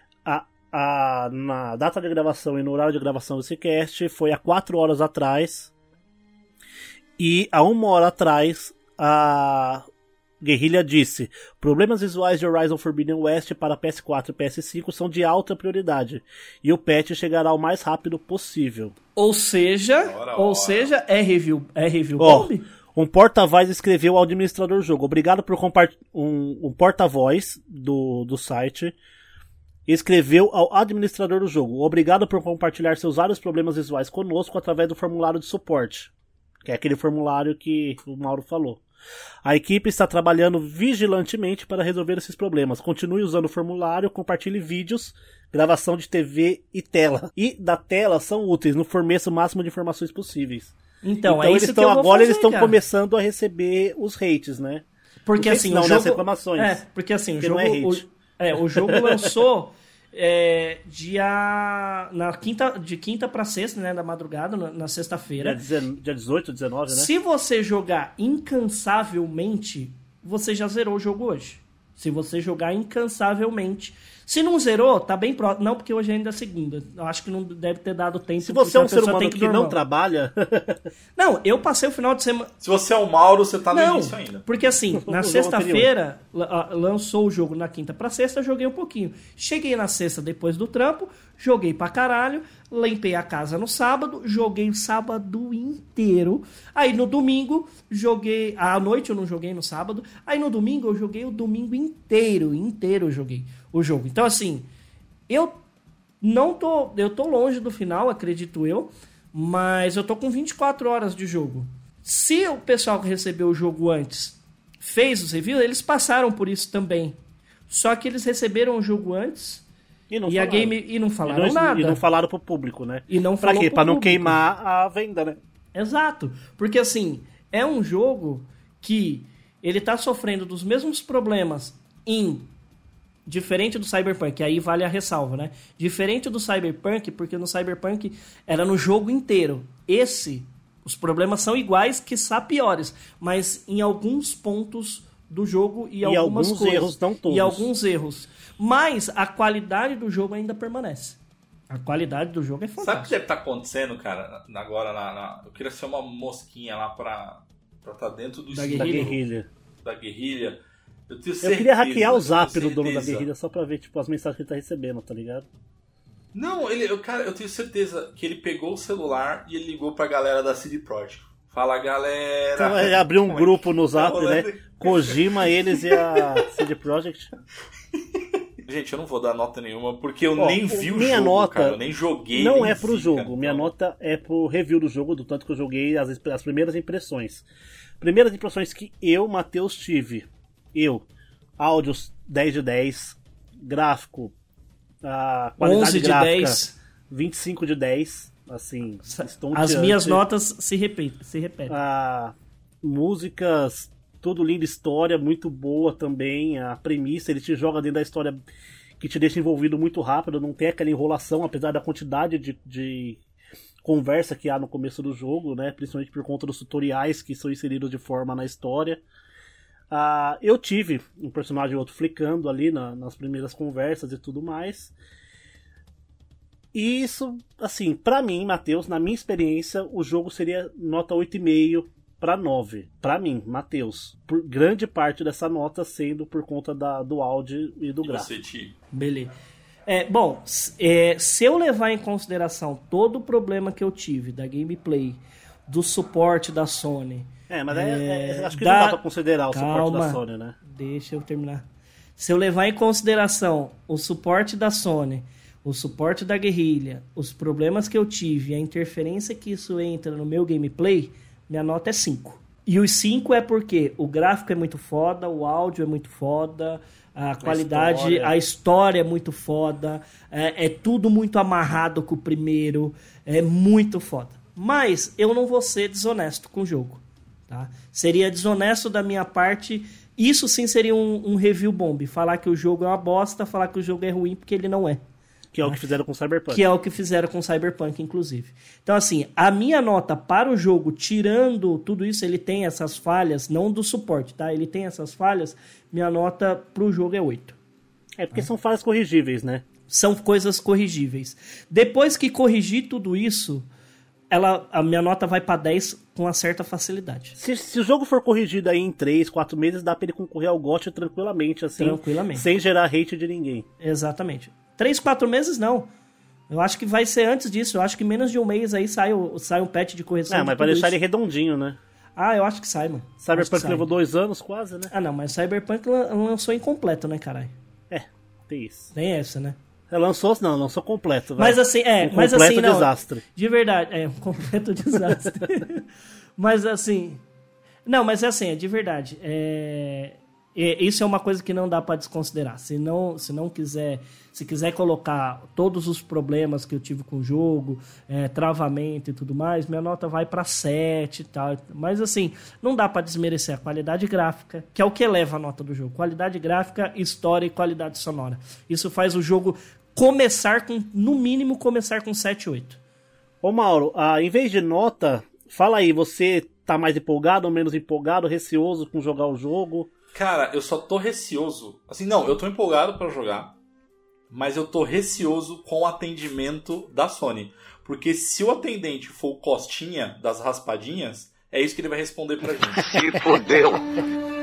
na data de gravação e no horário de gravação desse cast foi há 4 horas atrás, e há 1 hora atrás a Guerrilla disse: problemas visuais de Horizon Forbidden West para PS4 e PS5 são de alta prioridade e o patch chegará o mais rápido possível. Ou seja, é review bomb? Um porta-voz escreveu ao administrador do jogo: obrigado por compartilhar. Um porta-voz do site escreveu ao administrador do jogo: obrigado por compartilhar seus vários problemas visuais conosco através do formulário de suporte, que é aquele formulário que o Mauro falou. A equipe está trabalhando vigilantemente para resolver esses problemas. Continue usando o formulário, compartilhe vídeos, gravação de TV e tela. E da tela são úteis no forneço o máximo de informações possíveis. Então eles estão começando a receber os hates, né? Porque assim, o jogo... nas reclamações. Porque assim, o jogo... o jogo lançou... de quinta pra sexta, né, da madrugada, na sexta-feira. Dia 18, 19, né? Se você jogar incansavelmente, você já zerou o jogo hoje. Se você jogar incansavelmente. Se não zerou, tá bem próximo. Não, porque hoje ainda é segunda. Eu acho que não deve ter dado tempo. Se você é um ser humano que não trabalha... Não, eu passei o final de semana... Se você é o Mauro, você tá no início ainda. Porque assim, na sexta-feira, lançou o jogo na quinta pra sexta, eu joguei um pouquinho. Cheguei na sexta depois do trampo, joguei pra caralho, limpei a casa no sábado, joguei o sábado inteiro. Aí no domingo, joguei... À noite eu não joguei no sábado. Aí no domingo eu joguei o domingo inteiro eu joguei o jogo. Então assim, eu tô longe do final, acredito eu, mas eu tô com 24 horas de jogo. Se o pessoal que recebeu o jogo antes fez os reviews, eles passaram por isso também. Só que eles receberam o jogo antes e não falaram nada. E não falaram pro público, né? E não pra quê? Pra não queimar a venda, né? Exato. Porque assim, é um jogo que ele tá sofrendo dos mesmos problemas diferente do Cyberpunk, aí vale a ressalva, né? Diferente do Cyberpunk, porque no Cyberpunk era no jogo inteiro. Os problemas são iguais, quiçá piores, mas em alguns pontos do jogo e algumas alguns coisas. Erros, não todos. E alguns erros. Mas a qualidade do jogo ainda permanece. A qualidade do jogo é fantástica. Sabe o que deve estar acontecendo, cara? Agora, eu queria ser uma mosquinha lá pra estar dentro do da guerrilha. Da guerrilha. Eu queria hackear o zap do dono da guerrilha só pra ver tipo, as mensagens que ele tá recebendo, tá ligado? Não, cara, eu tenho certeza que ele pegou o celular e ele ligou pra galera da CD Projekt. Fala, galera... Então ele abriu um grupo no zap, né? Kojima, eles e a CD Projekt. Gente, eu não vou dar nota nenhuma, porque eu nem vi o minha jogo, nota cara. Eu nem joguei. Não nem é pro vi, jogo. cara, minha então... nota é pro review do jogo, do tanto que eu joguei as primeiras impressões. Primeiras impressões que eu, Matheus, tive. Áudios 10 de 10. Gráfico, a qualidade 11 de gráfica, 10. 25 de 10. Assim, as minhas notas se repetem. Músicas, tudo lindo, história muito boa também. A premissa, ele te joga dentro da história que te deixa envolvido muito rápido, não tem aquela enrolação, apesar da quantidade de conversa que há no começo do jogo, né? Principalmente por conta dos tutoriais que são inseridos de forma na história. Eu tive um personagem ou outro flicando ali nas primeiras conversas e tudo mais. E isso, assim, pra mim, Matheus, na minha experiência, o jogo seria nota 8,5 para 9. Pra mim, Matheus. Por grande parte dessa nota sendo por conta do áudio e do gráfico. Beleza. Bom, se eu levar em consideração todo o problema que eu tive da gameplay, do suporte da Sony... mas acho que não dá pra considerar o suporte da Sony, né? Deixa eu terminar. Se eu levar em consideração o suporte da Sony, o suporte da guerrilha, os problemas que eu tive, a interferência que isso entra no meu gameplay, minha nota é 5. E os 5 é porque o gráfico é muito foda, o áudio é muito foda, a qualidade, a história é muito foda, é tudo muito amarrado com o primeiro, é muito foda. Mas eu não vou ser desonesto com o jogo. Tá? Seria desonesto da minha parte. Isso sim seria um review bomb. Falar que o jogo é uma bosta, falar que o jogo é ruim, porque ele não é. Que é o que fizeram com Cyberpunk. Que é o que fizeram com Cyberpunk, inclusive. Então, assim, a minha nota para o jogo, tirando tudo isso, ele tem essas falhas, não do suporte, tá? Ele tem essas falhas, minha nota pro jogo é 8. Porque são falhas corrigíveis, né? São coisas corrigíveis. Depois que corrigir tudo isso... a minha nota vai pra 10 com uma certa facilidade. Se o jogo for corrigido aí em 3, 4 meses, dá pra ele concorrer ao GOTY tranquilamente, assim. Tranquilamente. Sem gerar hate de ninguém. Exatamente. 3, 4 meses não. Eu acho que vai ser antes disso. Eu acho que menos de um mês aí sai um patch de correção. Mas pra deixar ele redondinho, né? Eu acho que sai, mano. Cyberpunk levou 2 anos quase, né? Não, mas Cyberpunk lançou incompleto, né, caralho? Tem isso. Tem essa, né? Lançou completo. Mas assim, mas assim, não. Desastre. De verdade, um completo desastre. Mas assim, não, mas é assim, é de verdade. Isso é uma coisa que não dá pra desconsiderar. Se quiser colocar todos os problemas que eu tive com o jogo, travamento e tudo mais, minha nota vai pra 7 e tal. Mas assim, não dá pra desmerecer a qualidade gráfica, que é o que eleva a nota do jogo. Qualidade gráfica, história e qualidade sonora. Isso faz o jogo no mínimo começar com 7, 8. Ô Mauro, em vez de nota, fala aí, você tá mais empolgado ou menos empolgado, receoso com jogar o jogo? Cara, eu só tô receoso. Assim, não, eu tô empolgado pra jogar, mas eu tô receoso com o atendimento da Sony. Porque se o atendente for o Costinha das raspadinhas, é isso que ele vai responder pra gente. Se fodeu.